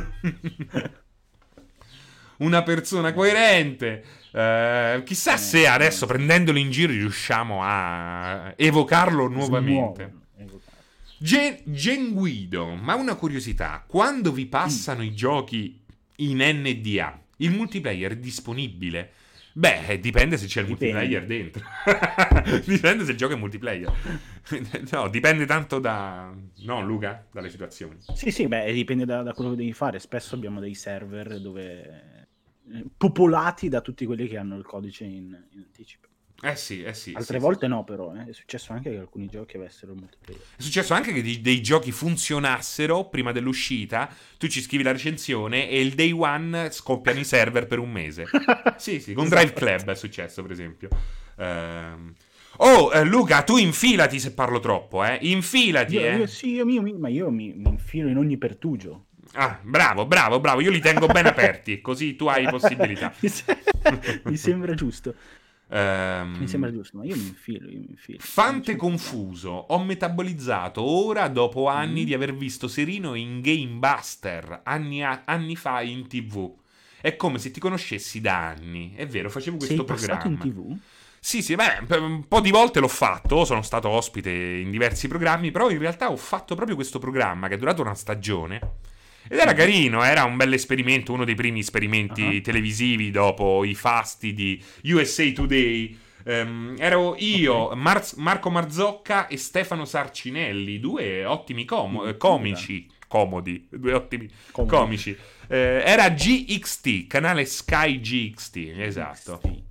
Una persona coerente. Uh, chissà se adesso, prendendolo in giro, riusciamo a evocarlo nuovamente. Gen, Gen Guido, ma una curiosità, quando vi passano mm. i giochi in N D A, il multiplayer è disponibile? Beh, dipende se c'è il dipende. multiplayer dentro. Dipende se il gioco è multiplayer. No, dipende tanto da... No, Luca? Dalle situazioni. Sì, sì, beh, dipende da, da quello che devi fare. Spesso abbiamo dei server dove... popolati da tutti quelli che hanno il codice in, in anticipo. Eh sì, eh sì. Altre sì, volte sì. no, però eh. È successo anche che alcuni giochi avessero multiplayer. È successo anche che dei, dei giochi funzionassero prima dell'uscita, tu ci scrivi la recensione e il day one scoppiano i server per un mese. Sì, sì, con Drive Club è successo, per esempio. Ehm... Oh, eh, Luca, tu infilati se parlo troppo, eh? Infilati, Io, eh? io, sì, io, io, ma io mi, mi infilo in ogni pertugio. Ah, bravo, bravo, bravo. Io li tengo ben aperti, così tu hai possibilità. mi, se- mi sembra giusto. Ehm, Mi sembra giusto, ma io mi infilo, io mi infilo. Fante Non c'è confuso, ho metabolizzato ora dopo anni Mm. di aver visto Serino in Game Buster, anni, a- anni fa in tv. È come se ti conoscessi da anni. È vero, facevo questo Sei passato in programma. tivù? Sì, sì, beh, per un po' di volte l'ho fatto, sono stato ospite in diversi programmi, però in realtà ho fatto proprio questo programma che è durato una stagione. Ed era carino, era un bel esperimento, uno dei primi esperimenti Ah. televisivi dopo i fasti di U S A Today. Ehm, ero io, Ok. Mar- Marco Marzocca e Stefano Sarcinelli, due ottimi com- Mm, comici, comodi, due ottimi Comodi. comici. Eh, era G X T, canale Sky G X T, esatto. Sì.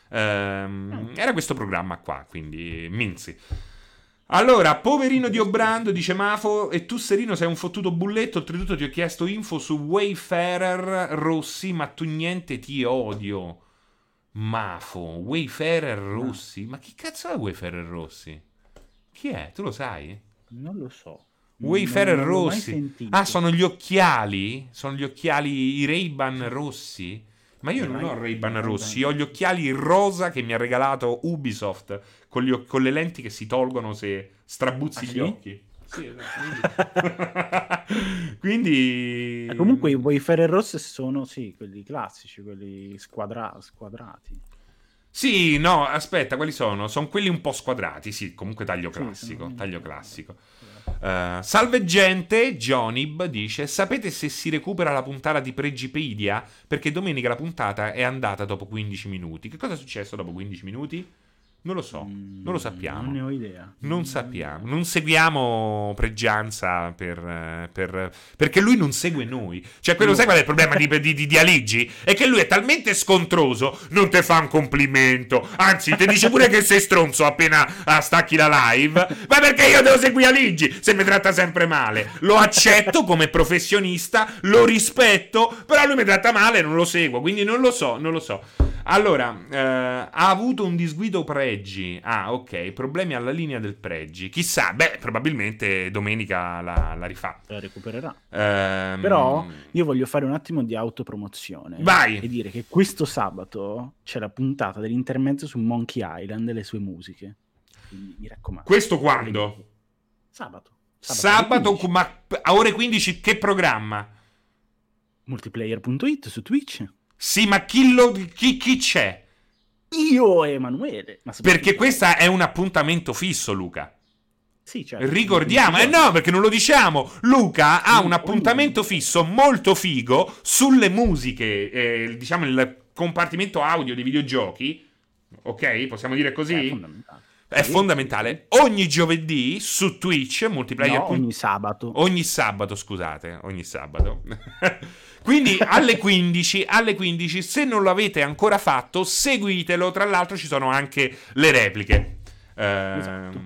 Ehm, era questo programma qua, quindi Minzi. Allora, poverino di Obrando, dice Mafo, e tu Serino sei un fottuto bulletto, oltretutto ti ho chiesto info su Wayfarer Rossi, ma tu niente, ti odio. Mafo, Wayfarer Rossi, ma chi cazzo è Wayfarer Rossi? Chi è? Tu lo sai? Non lo so. Wayfarer non, non l'ho mai Rossi. sentito. Ah, sono gli occhiali? Sono gli occhiali, i Ray-Ban rossi? Ma io I non Ray- ho Ray-Ban i Ray-Ban. rossi, ho gli occhiali rosa che mi ha regalato Ubisoft, con, gli o- con le lenti che si tolgono se strabuzzi Ah, gli sì? occhi. Sì, esatto. Quindi... quindi... Eh, comunque i Wayfarer Ross sono, sì, quelli classici, quelli squadra- squadrati. Sì, no, aspetta, quali sono? Sono quelli un po' squadrati, sì, comunque taglio Sì, classico, sono- taglio classico. Uh, salve gente, Jonib dice: sapete se si recupera la puntata di Pregipedia? Perché domenica la puntata è andata dopo quindici minuti. Che cosa è successo dopo quindici minuti? Non lo so, Mm, non lo sappiamo. Non ne ho idea. Non sappiamo, non seguiamo Pregianza per, eh, per- perché lui non segue noi. Cioè, quello No. sai qual è il problema di, di, di, di Aligi? È che lui è talmente scontroso, non te fa un complimento. Anzi, ti dice pure che sei stronzo appena ah, stacchi la live. Ma perché io devo seguire Aligi se mi tratta sempre male? Lo accetto come professionista, lo rispetto, però lui mi tratta male e non lo seguo. Quindi non lo so, non lo so. Allora, eh, ha avuto un disguido Pregi. Ah, ok, problemi alla linea del Pregi. Chissà, beh, probabilmente domenica la, la rifà. La recupererà. Ehm, Però io voglio fare un attimo di autopromozione. Vai. E dire che questo sabato c'è la puntata dell'intermezzo su Monkey Island e le sue musiche. Quindi mi raccomando. Questo quando? Sabato. Sabato, alle quindici. ma a ore quindici che programma? Multiplayer punto it su Twitch. Sì, ma chi, lo, chi, chi c'è? Io e Emanuele. Ma soprattutto- Perché questo è un appuntamento fisso, Luca. Sì, certo. Ricordiamo, eh no, perché non lo diciamo. Luca ha Sì, un appuntamento ogni- fisso molto figo sulle musiche, eh, diciamo il compartimento audio dei videogiochi. Ok, possiamo dire così? È fondamentale. È Sì, fondamentale. Ogni giovedì su Twitch, multiplayer. No, ogni sabato. Ogni sabato, scusate, ogni sabato. Quindi alle quindici, alle quindici, se non lo avete ancora fatto, seguitelo. Tra l'altro ci sono anche le repliche. Ehm, Esatto.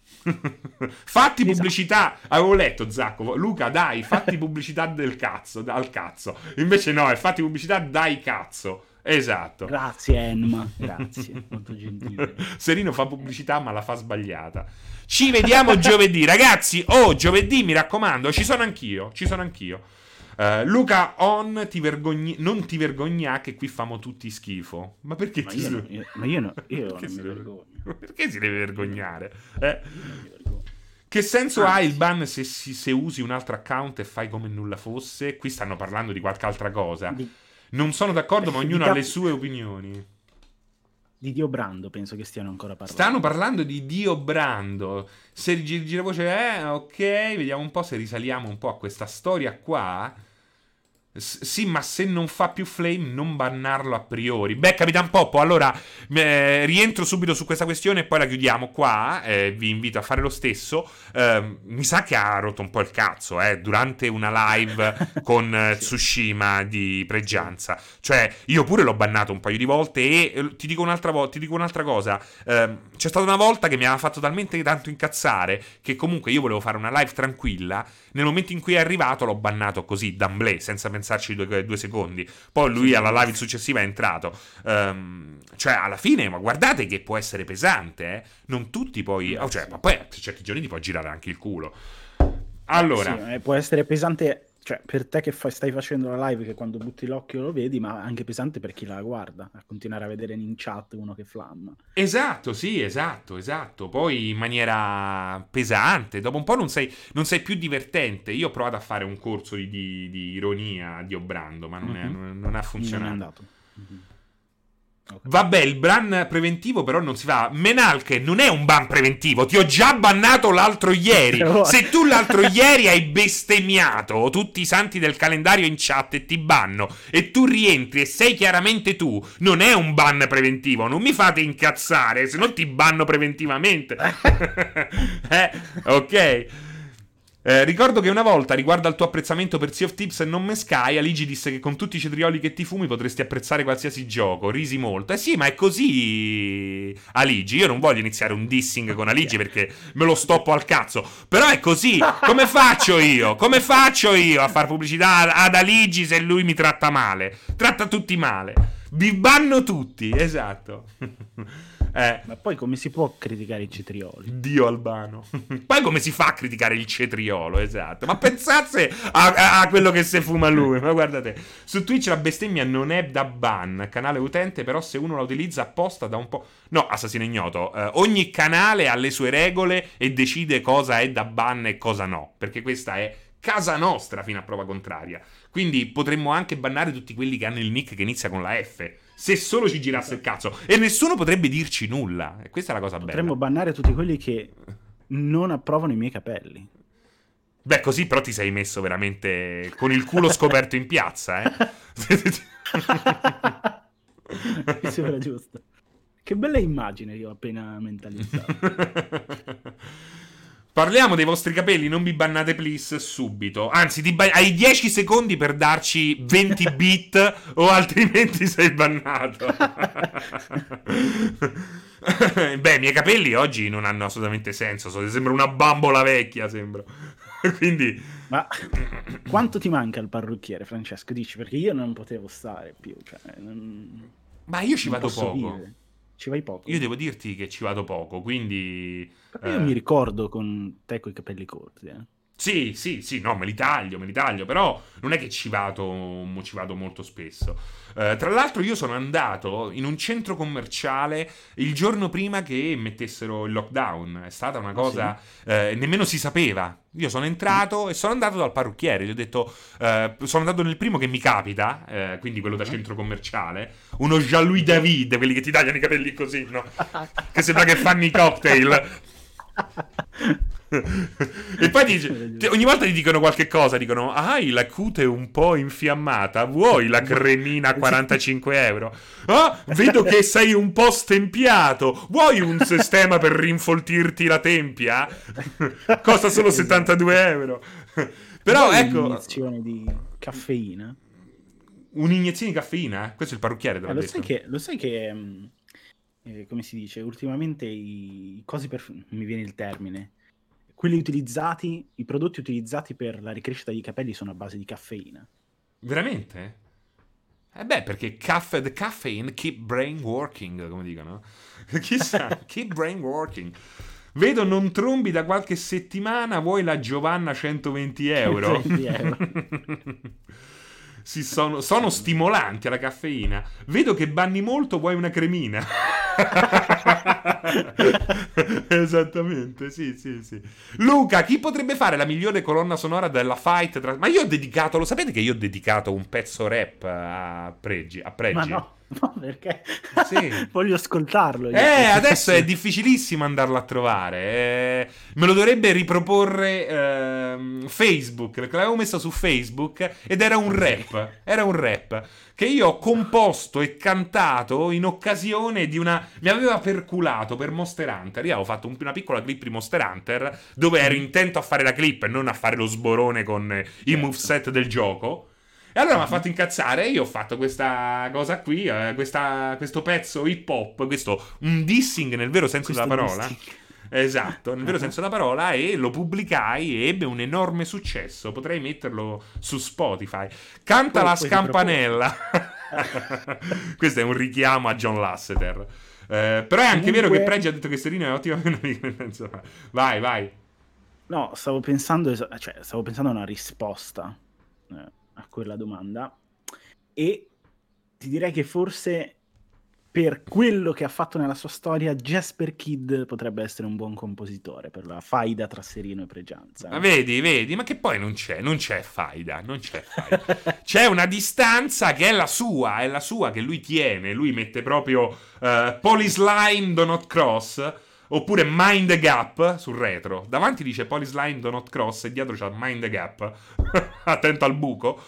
Fatti Esatto. pubblicità. Avevo letto, Zacco. Luca, dai, fatti pubblicità del cazzo, dal cazzo. Invece no, è fatti pubblicità dai cazzo. Esatto. Grazie Enma, grazie, molto gentile. Serino fa pubblicità ma la fa sbagliata. Ci vediamo giovedì, ragazzi. Oh, giovedì, mi raccomando, ci sono anch'io, ci sono anch'io. Uh, Luca on ti vergogni non ti vergogna che qui famo tutti schifo. Ma perché Ma ti io, si- no, io, ma io, no, io perché non si mi deve- vergogno. Perché si deve vergognare? Eh? Io non mi vergogno. Che senso Anzi. ha il ban se, si- se usi un altro account e fai come nulla fosse? Qui stanno parlando di qualche altra cosa. Di, Non sono d'accordo, ma Di ognuno ha cap- le sue opinioni. di Dio Brando penso che stiano ancora parlando. Stanno parlando di Dio Brando. Se gi- giravoce, eh, ok, vediamo un po' se risaliamo un po' a questa storia qua. S- sì, ma se non fa più flame, non bannarlo a priori. Beh, Capitan Poppo, allora eh, rientro subito su questa questione e poi la chiudiamo qua. Eh, vi invito a fare lo stesso. Eh, mi sa che ha rotto un po' il cazzo eh, durante una live con eh, Sì. Tsushima di Pregianza. Cioè, io pure l'ho bannato un paio di volte. E eh, ti dico un'altra volta, ti dico un'altra cosa. Eh, c'è stata una volta che mi aveva fatto talmente tanto incazzare che comunque io volevo fare una live tranquilla. Nel momento in cui è arrivato, l'ho bannato così, d'amblè, senza pensare pensarci due, due secondi. Poi lui alla live successiva è entrato. Um, cioè, alla fine, ma guardate che può essere pesante, eh? Non tutti poi... Oh, cioè, ma poi certi giorni ti può girare anche il culo. Allora... Sì, può essere pesante... Cioè, per te che fai, stai facendo la live, che quando butti l'occhio lo vedi, ma anche pesante per chi la guarda, a continuare a vedere in chat uno che flamma. Esatto, sì, esatto, esatto. Poi in maniera pesante, dopo un po' non sei, non sei più divertente. Io ho provato a fare un corso di, di, di ironia di Obrando, ma non, mm-hmm. è, non, non ha funzionato. Non è andato. Mm-hmm. Okay. Vabbè, il ban preventivo però non si fa. Menalche non è un ban preventivo. Ti ho già bannato l'altro ieri. Se tu l'altro ieri hai bestemmiato tutti i santi del calendario in chat e ti banno, e tu rientri e sei chiaramente tu, non è un ban preventivo. Non mi fate incazzare, se no ti banno preventivamente. eh, ok. Eh, ricordo che una volta, riguardo al tuo apprezzamento per Sea of Thieves e Non Me Sky, Aligi disse che con tutti i cetrioli che ti fumi potresti apprezzare qualsiasi gioco. Risi molto. Eh sì, ma è così, Aligi. Io non voglio iniziare un dissing con Aligi perché me lo stoppo al cazzo. Però è così. Come faccio io? Come faccio io a far pubblicità ad Aligi se lui mi tratta male? Tratta tutti male. Vi banno tutti, esatto. Eh. Ma poi come si può criticare i cetrioli? Dio Albano. Poi come si fa a criticare il cetriolo, esatto. Ma pensate a, a, a quello che si fuma lui. Ma guardate, su Twitch la bestemmia non è da ban, canale utente, però se uno la utilizza apposta da un po'... No, assassino ignoto, eh, ogni canale ha le sue regole e decide cosa è da ban e cosa no, perché questa è casa nostra fino a prova contraria. Quindi potremmo anche bannare tutti quelli che hanno il nick che inizia con la F, se solo ci girasse il cazzo, e nessuno potrebbe dirci nulla. E questa è la cosa bella. Potremmo bannare tutti quelli che non approvano i miei capelli. Beh, così però ti sei messo veramente con il culo scoperto in piazza, eh. Mi sembra giusto. Che bella immagine che ho appena mentalizzato. Parliamo dei vostri capelli, non vi bannate please subito. Anzi, ti ba- hai dieci secondi per darci venti bit o altrimenti sei bannato. Beh, i miei capelli oggi non hanno assolutamente senso, sembra una bambola vecchia, sembra. Quindi... Ma quanto ti manca il parrucchiere, Francesco? Dici, perché io non potevo stare più. Cioè, non... Ma io ci non vado poco. Vivere. Ci vai poco? Io devo dirti che ci vado poco, quindi... Però io eh... mi ricordo con te coi capelli corti, eh. Sì, sì, sì, no, me li taglio, me li taglio, però non è che ci vado, ci vado molto spesso. Uh, tra l'altro io sono andato in un centro commerciale il giorno prima che mettessero il lockdown. È stata una cosa... Sì. Uh, nemmeno si sapeva. Io sono entrato e sono andato dal parrucchiere. Gli ho detto... Uh, sono andato nel primo che mi capita, uh, quindi quello da centro commerciale. Uno Jean-Louis David, quelli che ti tagliano i capelli così, no? Che sembra che fanno i cocktail. E poi dice, ti, ogni volta ti dicono qualche cosa, dicono: ah, hai la cute un po' infiammata, vuoi la cremina a quarantacinque euro? Ah, vedo che sei un po' stempiato, vuoi un sistema per rinfoltirti la tempia? Costa solo settantadue euro. Però vuoi ecco, un'iniezione di caffeina? Un'iniezione di caffeina? Questo è il parrucchiere te l'ha eh, lo detto. sai che, lo sai che eh, come si dice, ultimamente i cosi per... mi viene il termine, quelli utilizzati, i prodotti utilizzati per la ricrescita dei capelli sono a base di caffeina. Veramente? Eh beh, perché caff- the caffeine keep brain working, come dicono. Chissà, keep brain working. Vedo non trombi da qualche settimana, vuoi la Giovanna centoventi euro? centoventi euro. Sì, sono, sono stimolanti alla caffeina. Vedo che banni molto, vuoi una cremina? Esattamente, sì, sì, sì. Luca, chi potrebbe fare la migliore colonna sonora della fight tra... Ma io ho dedicato, lo sapete che io ho dedicato un pezzo rap a Pregi, a Pregi? Ma no, no, perché? Sì. Voglio ascoltarlo. Io. Eh, adesso è difficilissimo andarlo a trovare. Eh, me lo dovrebbe riproporre eh, Facebook, perché l'avevo messo su Facebook ed era un rap, era un rap che io ho composto e cantato in occasione di una... Mi aveva perculato per Monster Hunter. Io avevo fatto un, una piccola clip di Monster Hunter dove ero intento a fare la clip e non a fare lo sborone con certo. i moveset del gioco. E allora mi ha fatto incazzare e io ho fatto questa cosa qui, eh, questa, questo pezzo hip hop, questo un dissing nel vero senso questo della parola. Esatto, nel vero senso della parola, e lo pubblicai e ebbe un enorme successo. Potrei metterlo su Spotify. Canta Poi- la poi ti scampanella. Questo è un richiamo a John Lasseter. Eh, però è anche vero che Comunque- Pregi ha detto che Serino è ottima. Insomma, vai, vai. No, stavo pensando, es- cioè, stavo pensando a una risposta eh, a quella domanda, e ti direi che forse per quello che ha fatto nella sua storia Jasper Kidd potrebbe essere un buon compositore per la faida tra Serino e Pregianza. Ma eh. vedi, vedi, ma che poi non c'è, non c'è faida, non c'è faida. C'è una distanza che è la sua, è la sua che lui tiene. Lui mette proprio eh, Police Line Do Not Cross, oppure Mind the Gap sul retro. Davanti dice Police Line Do Not Cross e dietro c'ha Mind the Gap. Attento al buco.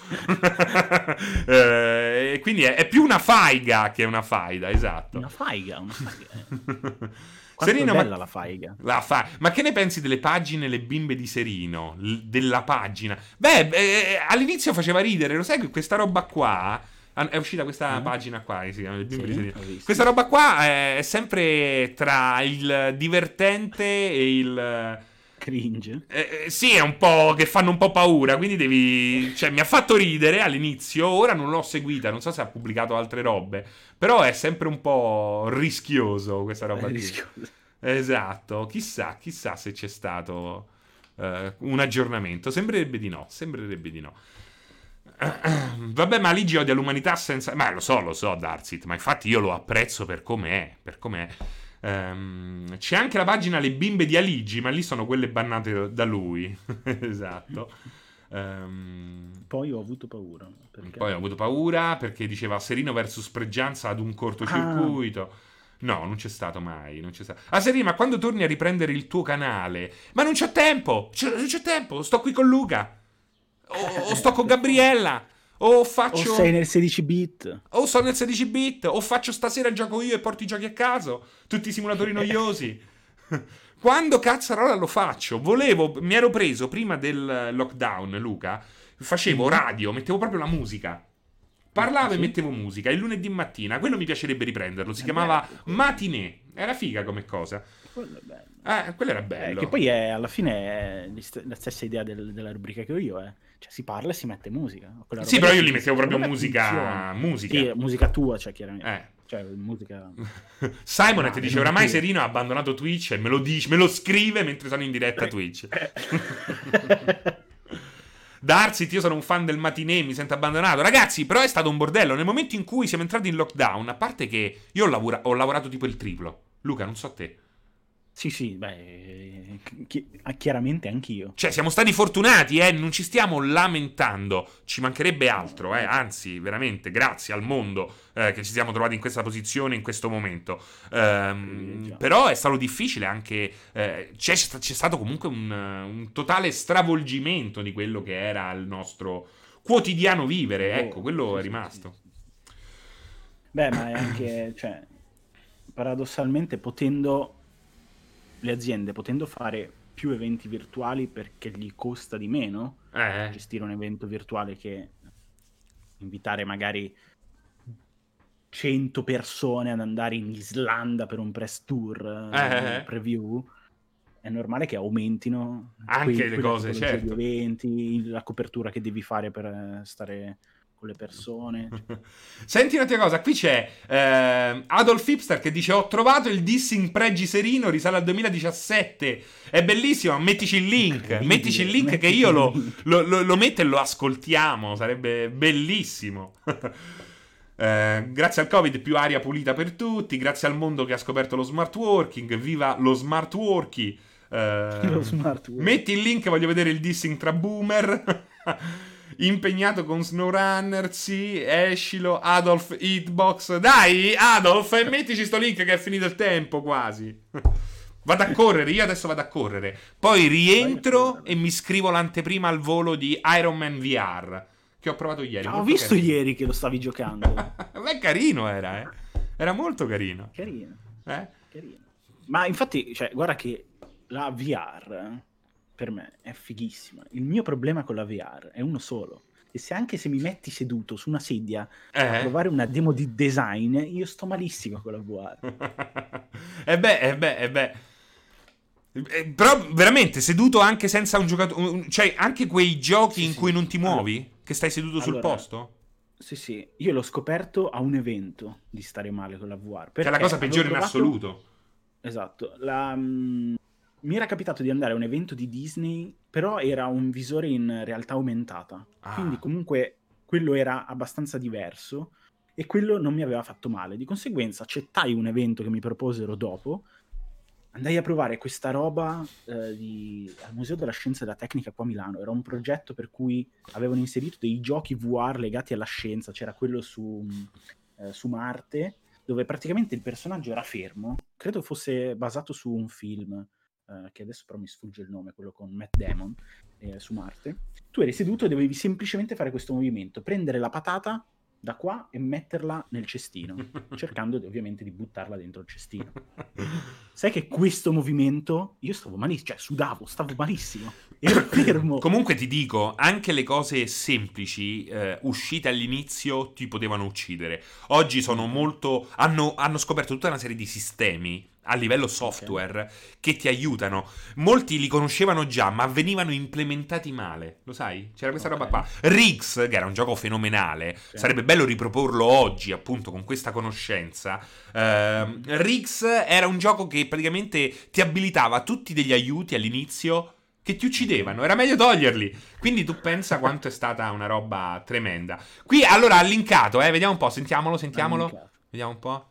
Eh, e quindi è, è più una faiga che una faida, esatto. Una faiga, una faiga. eh. Quanto Serino, è ma- bella la faiga. La fa- Ma che ne pensi delle pagine Le bimbe di Serino? L- della pagina? Beh, eh, all'inizio faceva ridere, lo sai che questa roba qua. ah, È uscita questa Mm. pagina qua che si chiama Le bimbe Sì, di Serino. ho visto. Questa roba qua è sempre tra il divertente e il. Cringe. Eh, eh, sì, è un po' che fanno un po' paura, quindi devi. Cioè, mi ha fatto ridere all'inizio, ora non l'ho seguita, non so se ha pubblicato altre robe, però è sempre un po' rischioso questa roba È qui. rischioso. Esatto, chissà, chissà se c'è stato eh, un aggiornamento. Sembrerebbe di no, sembrerebbe di no. Vabbè, ma Ligi odia l'umanità senza. Ma lo so, lo so, Darsit, ma infatti io lo apprezzo per com'è, per com'è. Ehm, c'è anche la pagina Le bimbe di Aligi, ma lì sono quelle bannate da lui. Esatto. Ehm, Poi ho avuto paura. Perché... Poi ho avuto paura perché diceva Serino versus Pregianza ad un cortocircuito. No, non c'è stato mai, non c'è stato. Ah, Serino, ma quando torni a riprendere il tuo canale? Ma non c'ho tempo, c'è- non c'è tempo, sto qui con Luca. O, o sto con Gabriella. O O faccio... sei nel sedici bit. O sto nel sedici bit, o faccio stasera gioco io e porto i giochi a caso. Tutti i simulatori noiosi. Quando cazzarola lo faccio? Volevo, mi ero preso prima del lockdown, Luca, facevo radio, mettevo proprio la musica. Parlavo Sì. e mettevo musica. Il lunedì mattina, quello mi piacerebbe riprenderlo. Si È chiamava bello. Matinee. Era figa come cosa. Quello è bello. Eh, quello era Eh, bello. che poi è alla fine è gli st- la stessa idea del- della rubrica che ho io, eh. Cioè si parla e si mette musica. Quella Sì, roba però io lì li mettevo secondo proprio me musica. funziona. Musica. Sì, musica tua, cioè chiaramente. Eh. Cioè musica... Simonet No, dice: non oramai tu. Serino ha abbandonato Twitch e me lo dice, me lo scrive mentre sono in diretta a Twitch. Darsit, io sono un fan del matinee, mi sento abbandonato. Ragazzi, però è stato un bordello. Nel momento in cui siamo entrati in lockdown, a parte che io ho, lavora- ho lavorato tipo il triplo. Luca, non so te. Sì, sì, beh, chi- ah, chiaramente anch'io. Cioè, siamo stati fortunati, eh, non ci stiamo lamentando, ci mancherebbe altro, eh, anzi, veramente, grazie al mondo eh, che ci siamo trovati in questa posizione in questo momento. Ehm, Sì, già. però è stato difficile anche, eh, c'è, c'è stato comunque un, un totale stravolgimento di quello che era il nostro quotidiano vivere, Oh, ecco, quello sì, è sì, rimasto. sì, sì. Beh, ma è anche, cioè, paradossalmente potendo le aziende potendo fare più eventi virtuali perché gli costa di meno Eh, gestire un evento virtuale che invitare magari cento persone ad andare in Islanda per un press tour, Eh, eh, eh, eh. preview, è normale che aumentino Anche quei- le quelle cose, tipologie certo. di eventi, la copertura che devi fare per eh, stare con le persone. Senti un'altra cosa, qui c'è eh, Adolf Hipster che dice: ho trovato il dissing Pregi Serino, risale al duemiladiciassette, è bellissimo, mettici il link, Incredibile, mettici il link che mettici io il lo, link. lo, lo- lo metto e lo ascoltiamo, sarebbe bellissimo. Eh, grazie al Covid più aria pulita per tutti, grazie al mondo che ha scoperto lo smart working, viva lo smart working. Eh, Lo smart working. metti il link, voglio vedere il dissing tra boomer. Impegnato con SnowRunner, sì, Escilo, Adolf Hitbox. Dai, Adolf, e mettici sto link che è finito il tempo quasi. Vado a correre, io adesso vado a correre. Poi rientro e mi scrivo l'anteprima al volo di Iron Man V R, che ho provato ieri. Ho molto visto carino. ieri che lo stavi giocando. Beh, carino era, eh. Era molto carino. Carino, Eh? carino. Ma infatti, cioè, guarda che la V R per me è fighissima. Il mio problema con la V R è uno solo. E se anche se mi metti seduto su una sedia a Eh? provare una demo di design, io sto malissimo con la V R. E beh, e beh, e beh. Eh, Però veramente seduto anche senza un giocatore, un- cioè anche quei giochi Sì, in sì. cui non ti Allora, muovi, che stai seduto sul allora, posto, sì, sì, io l'ho scoperto a un evento di stare male con la V R, che è la perché cosa avevo peggiore in provato, assoluto. esatto, la, mm, mi era capitato di andare a un evento di Disney, però era un visore in realtà aumentata, quindi Ah. comunque quello era abbastanza diverso e quello non mi aveva fatto male. Di conseguenza accettai un evento che mi proposero dopo, andai a provare questa roba eh, di- al Museo della Scienza e della Tecnica qua a Milano. Era un progetto per cui avevano inserito dei giochi V R legati alla scienza. C'era quello su, eh, su Marte, dove praticamente il personaggio era fermo. Credo fosse basato su un film, eh, che adesso però mi sfugge il nome, quello con Matt Damon, eh, su Marte. Tu eri seduto e dovevi semplicemente fare questo movimento, prendere la patata da qua e metterla nel cestino, cercando di- ovviamente di buttarla dentro il cestino. Sai che questo movimento, io stavo malissimo, cioè sudavo, stavo malissimo, ero fermo. Comunque ti dico, anche le cose semplici, eh, uscite all'inizio, ti potevano uccidere. Oggi sono Ok, molto. Hanno, hanno scoperto tutta una serie di sistemi a livello ok, software che ti aiutano. Molti li conoscevano già, ma venivano implementati male. Lo sai? C'era questa ok, roba qua. Riggs, che era un gioco fenomenale, sì. sarebbe bello riproporlo oggi, appunto, con questa conoscenza. Ehm, Mhm. Riggs era un gioco che praticamente ti abilitava tutti degli aiuti all'inizio che ti Ok. uccidevano, era meglio toglierli. Quindi tu pensa quanto è stata una roba tremenda. Qui allora ha linkato, eh, vediamo un po', sentiamolo, sentiamolo. All'incato. Vediamo un po'.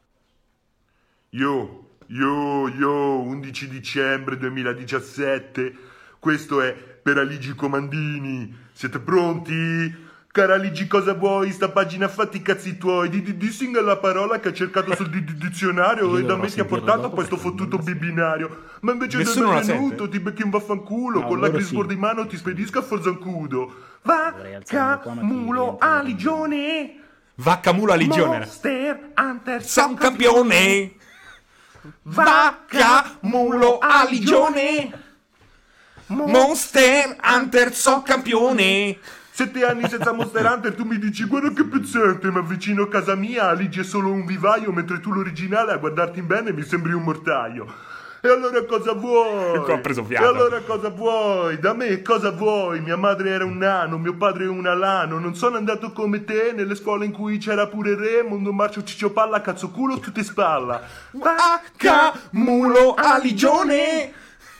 Yo, yo, yo, undici dicembre duemiladiciassette, questo è per Aligi Comandini, siete pronti? Cara Aligi, cosa vuoi? Sta pagina fatti i cazzi tuoi, di di dissing è la parola che ha cercato sul di- di- dizionario Io e da dovrò me ti ha sentirla portato a dopo questo perché non fottuto la sento. bibinario. Ma invece del Nessuno la benvenuto sente? ti becchi un vaffanculo No, con la loro Grisboard sì. in mano Sì, ti sì. spedisco a Forzancudo. Dovrei alzarmi qua, ma ti Vacca, mulo, rientra nel random. aligione, Vaccamulo a Ligione. Monster Hunter, Sei un campione. Vacca, Vaccamulo a Ligione. Monster Hunter, so campione. Sette anni senza Monster Hunter, tu mi dici guarda che pezzente, ma vicino a casa mia Aligi è solo un vivaio, mentre tu l'originale a guardarti bene mi sembri un mortaio. E allora cosa vuoi? Qua ho preso E fiato. allora cosa vuoi? Da me cosa vuoi? Mia madre era un nano, mio padre un alano. Non sono andato come te nelle scuole in cui c'era pure Raymond, Marcio Cicciopalla, cazzo culo, tutte spalla. Vaccamulo a Ligione.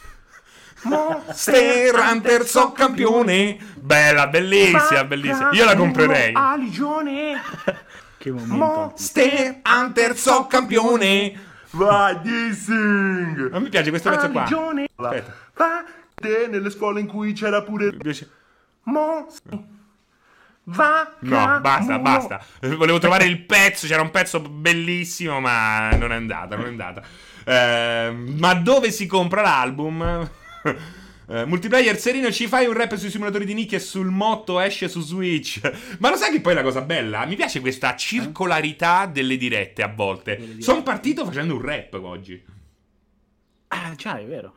Monster Hunter, so campione. Bella, bellissima, bellissima. Io la comprerei. Aligione. Che momento. Monster Hunter, so campione. Vai, dissing. Non mi piace questo pezzo qua. Aligione. Aspetta. Va te nelle scuole in cui c'era pure Mi piace- Mo Va No, basta, basta. Volevo trovare il pezzo, c'era un pezzo bellissimo, ma non è andata, non è andata. Eh, ma dove si compra l'album? Eh, multiplayer serino, ci fai un rap sui simulatori di nicchia e sul motto esce su Switch. Ma lo sai che poi è la cosa bella? Mi piace questa circolarità delle dirette a volte. Delle dirette. Sono partito facendo un rap oggi. Ah, già, è vero.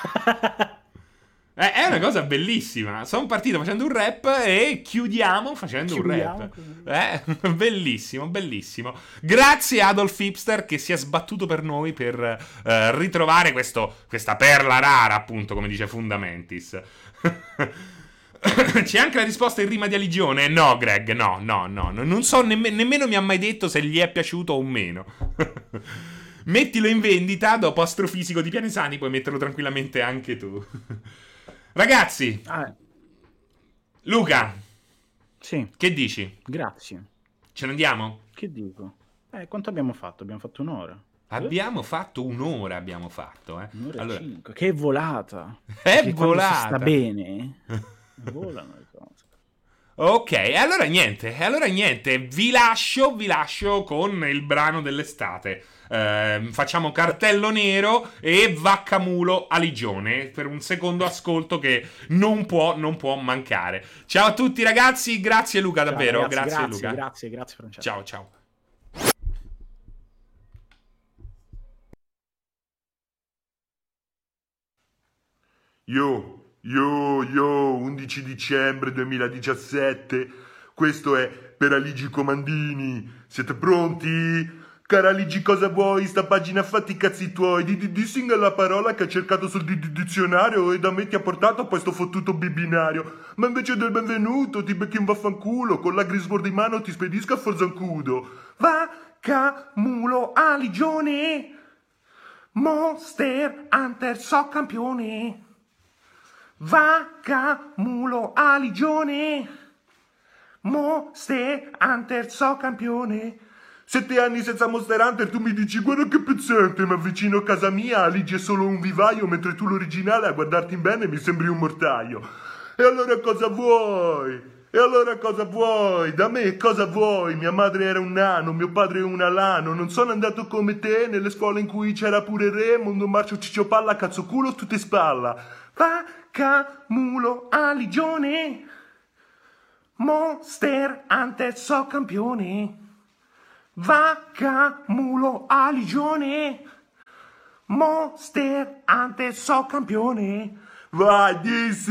Eh, È una cosa bellissima. Sono partito facendo un rap e chiudiamo facendo Chiudiamo un rap. con- Eh, bellissimo, bellissimo. Grazie Adolf Hipster che si è sbattuto per noi per eh, ritrovare questo, questa perla rara, appunto, come dice Fundamentis. C'è anche la risposta in rima di Aligione? No, Greg, no, no, no. no, Non so, nemm- nemmeno mi ha mai detto se gli è piaciuto o meno. Mettilo in vendita dopo Astrofisico di Pianesani, puoi metterlo tranquillamente anche tu. Ragazzi, Ah, Luca, sì, che dici? grazie. Ce ne andiamo? Che dico? Eh, quanto abbiamo fatto? Abbiamo fatto un'ora. Abbiamo fatto un'ora, abbiamo fatto, eh. Un'ora Allora, e cinque. Che volata. è Che quando si volata. sta bene, volano le cose. Ok, e allora niente, e allora niente, vi lascio, vi lascio con il brano dell'estate. Eh, facciamo cartello nero e vaccamulo a Ligione per un secondo ascolto che non può, non può mancare. Ciao a tutti ragazzi, grazie Luca Ciao, davvero, ragazzi, grazie, grazie, Luca. grazie, grazie Francesco. Ciao, ciao. Yo, yo, yo, undici dicembre duemiladiciassette, questo è per Aligi Comandini, siete pronti? Cara Ligi, cosa vuoi? Sta pagina fatti i cazzi tuoi. Di di dissing è la parola che ha cercato sul di- di- dizionario e da me ti ha portato poi sto fottuto bibinario. Ma invece del benvenuto ti becchi un vaffanculo. Con la Griswold in mano ti spedisco a Forzancudo. Vacca, mulo, aligione. Monster Hunter, so campione. Vacca, mulo, aligione. Monster Hunter, so campione. Sette anni senza Monster Hunter, tu mi dici guarda che pezzente, ma vicino a casa mia Aligi è solo un vivaio, mentre tu l'originale a guardarti in bene mi sembri un mortaio. E allora cosa vuoi? E allora cosa vuoi? Da me cosa vuoi? Mia madre era un nano, mio padre un alano, non sono andato come te nelle scuole in cui c'era pure re, mondo marcio, ciccio palla, cazzo culo, tutte spalla. Vacca, mulo, aligione, Monster Hunter, so campione. Vacca, mulo, aligione, Monster Hunter, so campione. Vai, dis